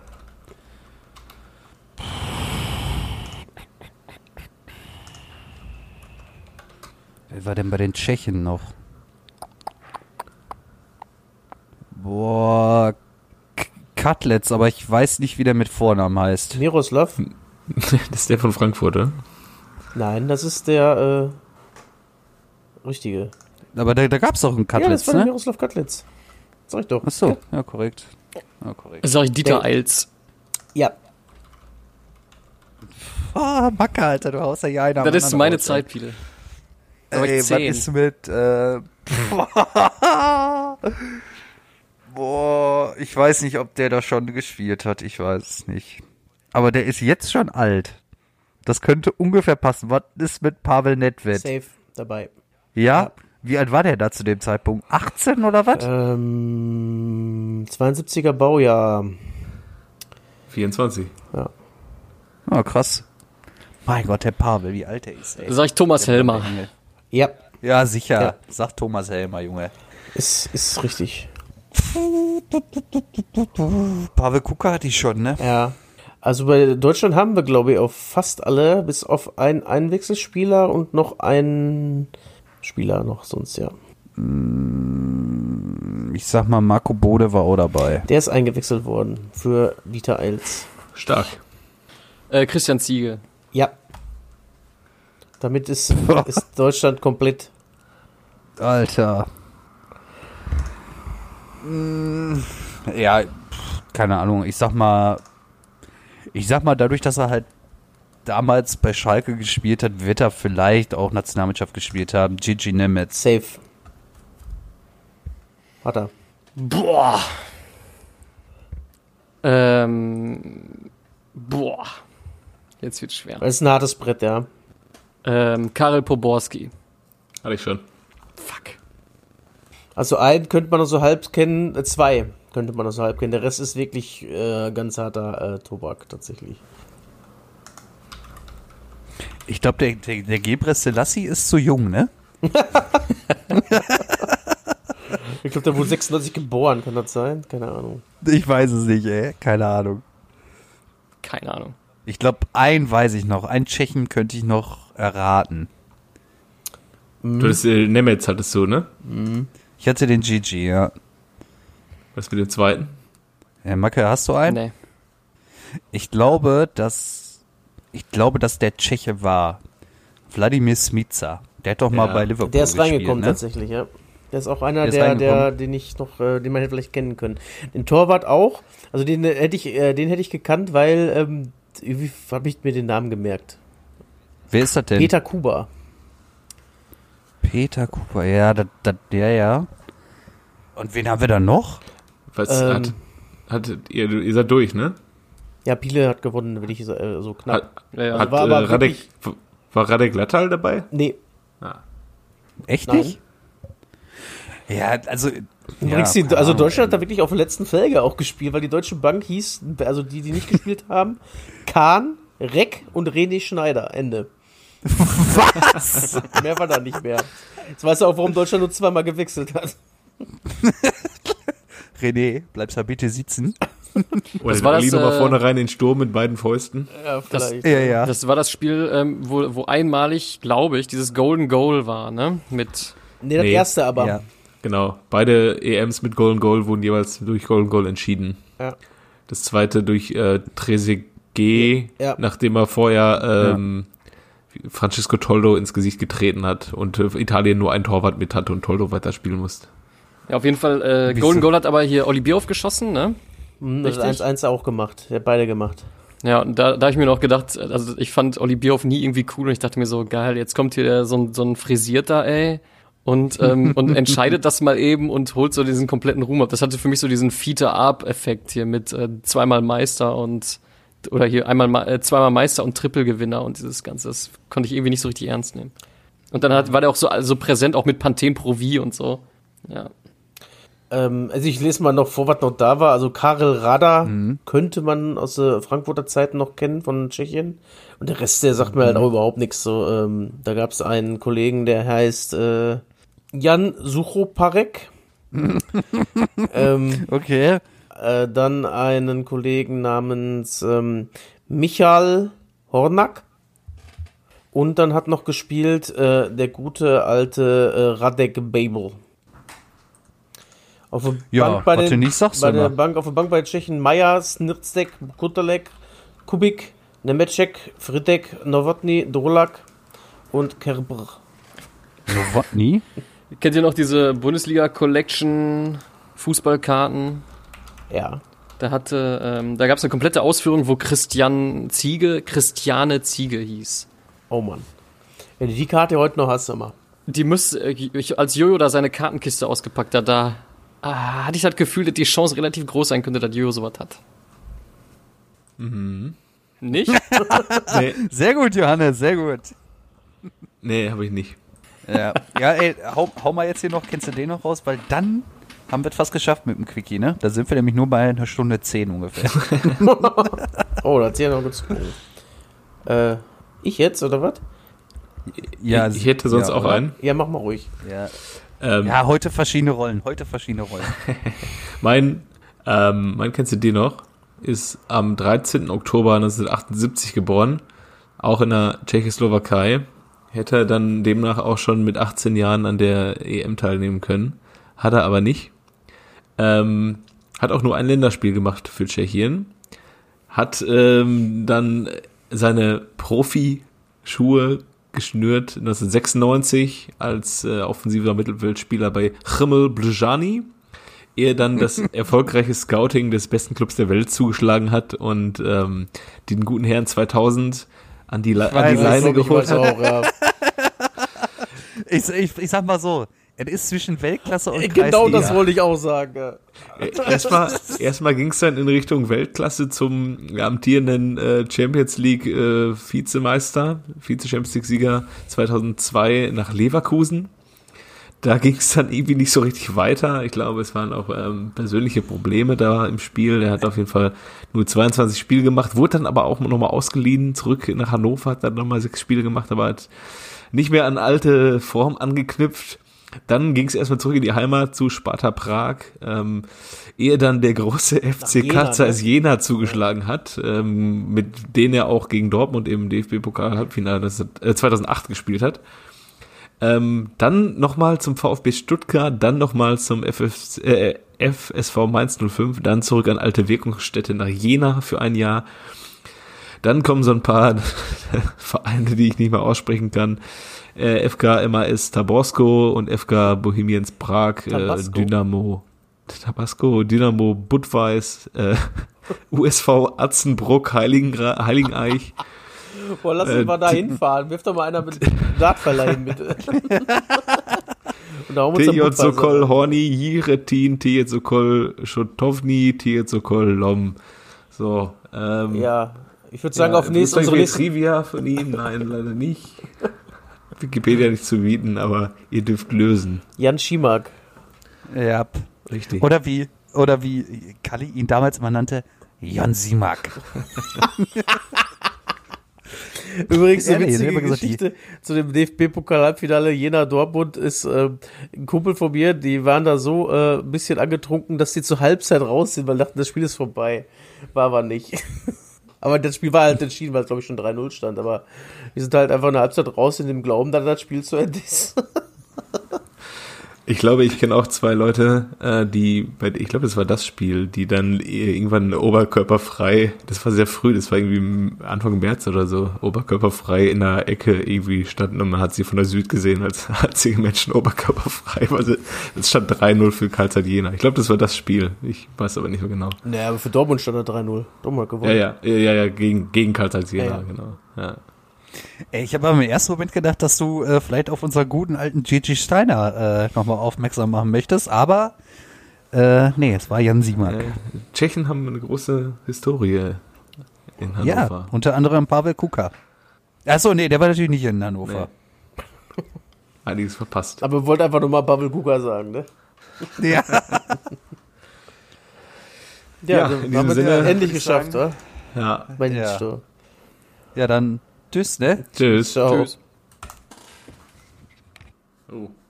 Wer war denn bei den Tschechen noch? Boah, K- Cutlets, aber ich weiß nicht, wie der mit Vornamen heißt. Miroslav? das ist der von Frankfurt, oder? Nein, das ist der äh, richtige. Aber da, da gab es auch einen ja, das Cutlets, war der ne? Miroslav Katlitz. Sag ich doch. Ach so, ja, korrekt. Ja, korrekt. Dann sage ich Dieter Der- Eils. Ja. Ah, Macke, Alter, du haust ja ja einer. am Das ist anderen meine raus, Zeit, viele. Ey, Sag ich ey was zehn. ist mit, äh, boah, ich weiß nicht, ob der da schon gespielt hat, ich weiß es nicht. Aber der ist jetzt schon alt. Das könnte ungefähr passen. Was ist mit Pavel Nedved? Safe dabei. Ja? Ja. Wie alt war der da zu dem Zeitpunkt? achtzehn oder was? Ähm, zweiundsiebziger Baujahr. vierundzwanzig. Ja. Ah, krass. Mein Gott, der Pavel, wie alt er ist, ey. Da sag ich Thomas Helmer. Ja, Ja, sicher. Ja. Sagt Thomas Helmer, Junge. ist, ist richtig. Pavel Kuka hatte ich schon, ne? Ja. Also bei Deutschland haben wir, glaube ich, auf fast alle, bis auf einen Einwechselspieler und noch einen Spieler noch sonst, ja. Ich sag mal, Marco Bode war auch dabei. Der ist eingewechselt worden für Dieter Eils. Stark. Äh, Christian Ziege. Ja. Damit ist, ist Deutschland komplett. Alter. Mm, Ja, pf, keine Ahnung. Ich sag mal, ich sag mal, dadurch, dass er halt damals bei Schalke gespielt hat, wird er vielleicht auch Nationalmannschaft gespielt haben. Gigi Nemetz. Safe. Hat er. Boah. Ähm, boah. Jetzt wird's schwer. Das ist ein hartes Brett, ja. Ähm, Karel Poborski. Hatte ich schon. Fuck. Also einen könnte man noch so halb kennen, äh, zwei könnte man noch so halb kennen. Der Rest ist wirklich äh, ganz harter äh, Tobak, tatsächlich. Ich glaube, der, der, der Gebre Selassie ist zu jung, ne? Ich glaube, der wurde sechsundneunzig geboren, kann das sein? Keine Ahnung. Ich weiß es nicht, ey. Keine Ahnung. Keine Ahnung. Ich glaube, einen weiß ich noch. Einen Tschechen könnte ich noch erraten. Du hattest äh, Nemetz hattest du, ne? Ich hatte den Gigi, ja. Was mit dem zweiten? Ja, Macke, hast du einen? Nee. Ich glaube, dass ich glaube, dass der Tscheche war. Wladimir Smica. Der hat doch mal Ja. bei Liverpool Der ist gespielt, reingekommen ne? tatsächlich, ja. Der ist auch einer, Der ist der, der, reingekommen. den ich noch, äh, den man hätte vielleicht kennen können. Den Torwart auch. Also den äh, hätte ich, äh, den hätte ich gekannt, weil ähm, irgendwie habe ich mir den Namen gemerkt. Wer ist das denn? Peter Kuba. Peter Cooper, ja, das, das, der, ja. Und wen haben wir da noch? Was Ähm. hat, hattet ihr, ihr seid durch, ne? Ja, Biele hat gewonnen, will ich so, äh, so knapp. Hat, Ja, ja. hat war aber äh, Radek, wirklich- war Radek Lattal dabei? Nee, Ah. Echt Nein. nicht? Ja, also. Übrigens, ja, die, keine also Ahnung. Deutschland hat da wirklich auf der letzten Felge auch gespielt, weil die Deutsche Bank hieß, also die, die nicht gespielt haben, Kahn, Reck und René Schneider. Ende. Was? Mehr war da nicht mehr. Jetzt weißt du auch, warum Deutschland nur zweimal gewechselt hat. René, bleibst da bitte sitzen. Oder Das den war das, Ali nochmal äh, vorne rein in den Sturm mit beiden Fäusten. Ja, vielleicht. Ja, ja. Das war das Spiel, ähm, wo, wo einmalig, glaube ich, dieses Golden Goal war, ne? Mit, Nee, das Nee. erste aber. Ja. Genau. Beide E Ms mit Golden Goal wurden jeweils durch Golden Goal entschieden. Ja. Das zweite durch äh, Trezeguet, Ja. nachdem er vorher ähm, Francisco Toldo ins Gesicht getreten hat und äh, Italien nur ein Torwart mit hatte und Toldo weiterspielen musste. ja, auf jeden Fall, äh, Wieso? Golden Goal hat aber hier Oli Bierhoff geschossen, ne? Hm, das Richtig. eins eins auch gemacht. Der hat beide gemacht. Ja, und da, da hab ich mir noch gedacht, also ich fand Oli Bierhoff nie irgendwie cool und ich dachte mir so, geil, jetzt kommt hier der, so, ein, so ein Frisierter, ey, und, ähm, und entscheidet das mal eben und holt so diesen kompletten Ruhm ab. Das hatte für mich so diesen Fiete-Arp-Effekt hier mit äh, zweimal Meister und, oder hier einmal, Ma- äh, zweimal Meister und Triple-Gewinner und dieses Ganze, das konnte ich irgendwie nicht so richtig ernst nehmen. Und dann hat, war der auch so also präsent, auch mit Pantene Pro V und so. Ja. Ähm, also ich lese mal noch vor, was noch da war. Also Karel Rada könnte man aus der Frankfurter Zeiten noch kennen von Tschechien. Und der Rest, der sagt mir halt auch überhaupt nichts. So, ähm, da gab es einen Kollegen, der heißt äh, Jan Suchoparek. ähm, Okay. äh, dann einen Kollegen namens ähm, Michal Hornak. Und dann hat noch gespielt äh, der gute alte äh, Radek Babel. Auf der Ja, Bank bei was den, du nicht sagst, bei der immer. Bank, auf der Bank bei den Tschechen Meyer, Snirzdek, Kutelek, Kubik, Nemecek, Fridek, Novotny, Drolak und Kerber. Novotny? Kennt ihr noch diese Bundesliga-Collection Fußballkarten? Ja. Da hatte, ähm, da gab es eine komplette Ausführung, wo Christian Ziege, Christiane Ziege hieß. Oh Mann. Wenn du die Karte heute noch hast, immer. Die müsste, äh, ich- als Jojo da seine Kartenkiste ausgepackt hat, da ah, hatte ich das Gefühl, dass die Chance relativ groß sein könnte, dass Jojo sowas hat. Mhm. Nicht? Nee, Sehr gut, Johannes, sehr gut. nee habe ich nicht. Ja, ja ey, hau, hau mal jetzt hier noch, kennst du den noch raus? Weil dann haben wir es fast geschafft mit dem Quickie, ne? Da sind wir nämlich nur bei einer Stunde zehn ungefähr. Oh, da hat sie ja noch gezogen. Äh, Ich jetzt, oder was? Ja, ich, ich hätte sonst ja, auch oder? einen. Ja, mach mal ruhig. Ja. Ähm, ja, heute verschiedene Rollen, heute verschiedene Rollen. Mein, ähm, mein kennst du den noch? Ist am dreizehnten Oktober neunzehnhundertachtundsiebzig geboren, auch in der Tschechoslowakei. Hätte dann demnach auch schon mit achtzehn Jahren an der E M teilnehmen können. Hat er aber nicht. Ähm, hat auch nur ein Länderspiel gemacht für Tschechien. Hat ähm, dann seine Profi-Schuhe geschnürt neunzehnhundertsechsundneunzig als äh, offensiver Mittelfeldspieler bei Chmel Bljani, ehe dann das erfolgreiche Scouting des besten Clubs der Welt zugeschlagen hat und ähm, den guten Herrn zweitausend an die, Le- an die weiß, Leine Ich geholt weiß hat. auch, ja. Ich, ich, ich sag mal so, es ist zwischen Weltklasse und Genau das Kreisliga. wollte ich auch sagen. Ja. Erstmal, erstmal ging es dann in Richtung Weltklasse zum amtierenden äh, Champions League äh, Vizemeister, Vize-Champions League-Sieger zweitausendzwei nach Leverkusen. Da ging es dann irgendwie nicht so richtig weiter. Ich glaube, es waren auch ähm, persönliche Probleme da im Spiel. Er hat auf jeden Fall nur zweiundzwanzig Spiele gemacht, wurde dann aber auch nochmal ausgeliehen, zurück nach Hannover, hat dann nochmal sechs Spiele gemacht, aber hat nicht mehr an alte Form angeknüpft. Dann ging es erstmal zurück in die Heimat zu Sparta Prag, ähm, ehe dann der große F C Jena, K Zeiss ne? Jena zugeschlagen hat, ähm, mit denen er auch gegen Dortmund im D F B-Pokal-Halbfinale zweitausendacht gespielt hat. Ähm, dann nochmal zum VfB Stuttgart, dann nochmal zum F F, äh, F S V Mainz null fünf, dann zurück an alte Wirkungsstätte nach Jena für ein Jahr. Dann kommen so ein paar Vereine, die ich nicht mehr aussprechen kann. Äh, F K M A S Taborsko und F K Bohemians Prag, äh, Tabasco. Dynamo Tabasco, Dynamo Budweis, äh, U S V Atzenbruck, Heiligengra- Heiligeneich. Boah, lass uns Äh, mal da hinfahren. Wirf doch mal einer mit Dartverleihen mit. Und da hauen wir uns T am J Budweiser Sokol rein. Horny, Jiretin, T J Sokol Schotovny, T J Sokol Lom. So, ähm, Ja, ich würde sagen, ja, auf nächste, gibt's unsere eigentlich nächste. Trivia von ihm? Nein, leider nicht. Wikipedia nicht zu bieten, aber ihr dürft lösen. Jan Schimak. Ja. Richtig. Oder wie, oder wie Kalli ihn damals immer nannte, Jan Simak. Übrigens, eine Ehrlich, witzige ich hab gesagt, Geschichte zu dem D F B-Pokal-Halbfinale Jena-Dortmund ist äh, ein Kumpel von mir, die waren da so äh, ein bisschen angetrunken, dass sie zur Halbzeit raus sind, weil dachten, das Spiel ist vorbei. War aber nicht. Aber das Spiel war halt entschieden, weil es, glaube ich, schon drei null stand. Aber wir sind halt einfach in der Halbzeit raus in dem Glauben, dass das Spiel zu Ende ist. Ich glaube, ich kenne auch zwei Leute, äh, die, bei, ich glaube, das war das Spiel, die dann irgendwann oberkörperfrei, das war sehr früh, das war irgendwie Anfang März oder so, oberkörperfrei in der Ecke irgendwie standen und man hat sie von der Süd gesehen als einzige Menschen oberkörperfrei. Also es stand drei null für Karl Zeiss Jena. Ich glaube, das war das Spiel. Ich weiß aber nicht mehr genau. Naja, aber für Dortmund stand da drei null. Dortmund hat Ja, gewonnen. ja, ja, ja, ja gegen, gegen Karl Zeiss Jena, Ja, ja. genau. Ja. Ey, ich habe aber im ersten Moment gedacht, dass du äh, vielleicht auf unseren guten alten Gigi Steiner äh, nochmal aufmerksam machen möchtest, aber äh, nee, es war Jan Simak. Äh, Tschechen haben eine große Historie in Ja, Hannover. unter anderem Pavel Kuka. Achso, nee, der war natürlich nicht in Hannover. Einiges verpasst. Aber wir wollten einfach nur mal Bubble Kuka sagen, ne? Ja. Ja, Ja, also, in haben diesem wir Sinne es endlich würde ich geschafft, sagen- oder? Ja. Mein Ja. Liebster. Ja, dann tschüss, ne? Tschüss. Ciao. Tschüss. Oh.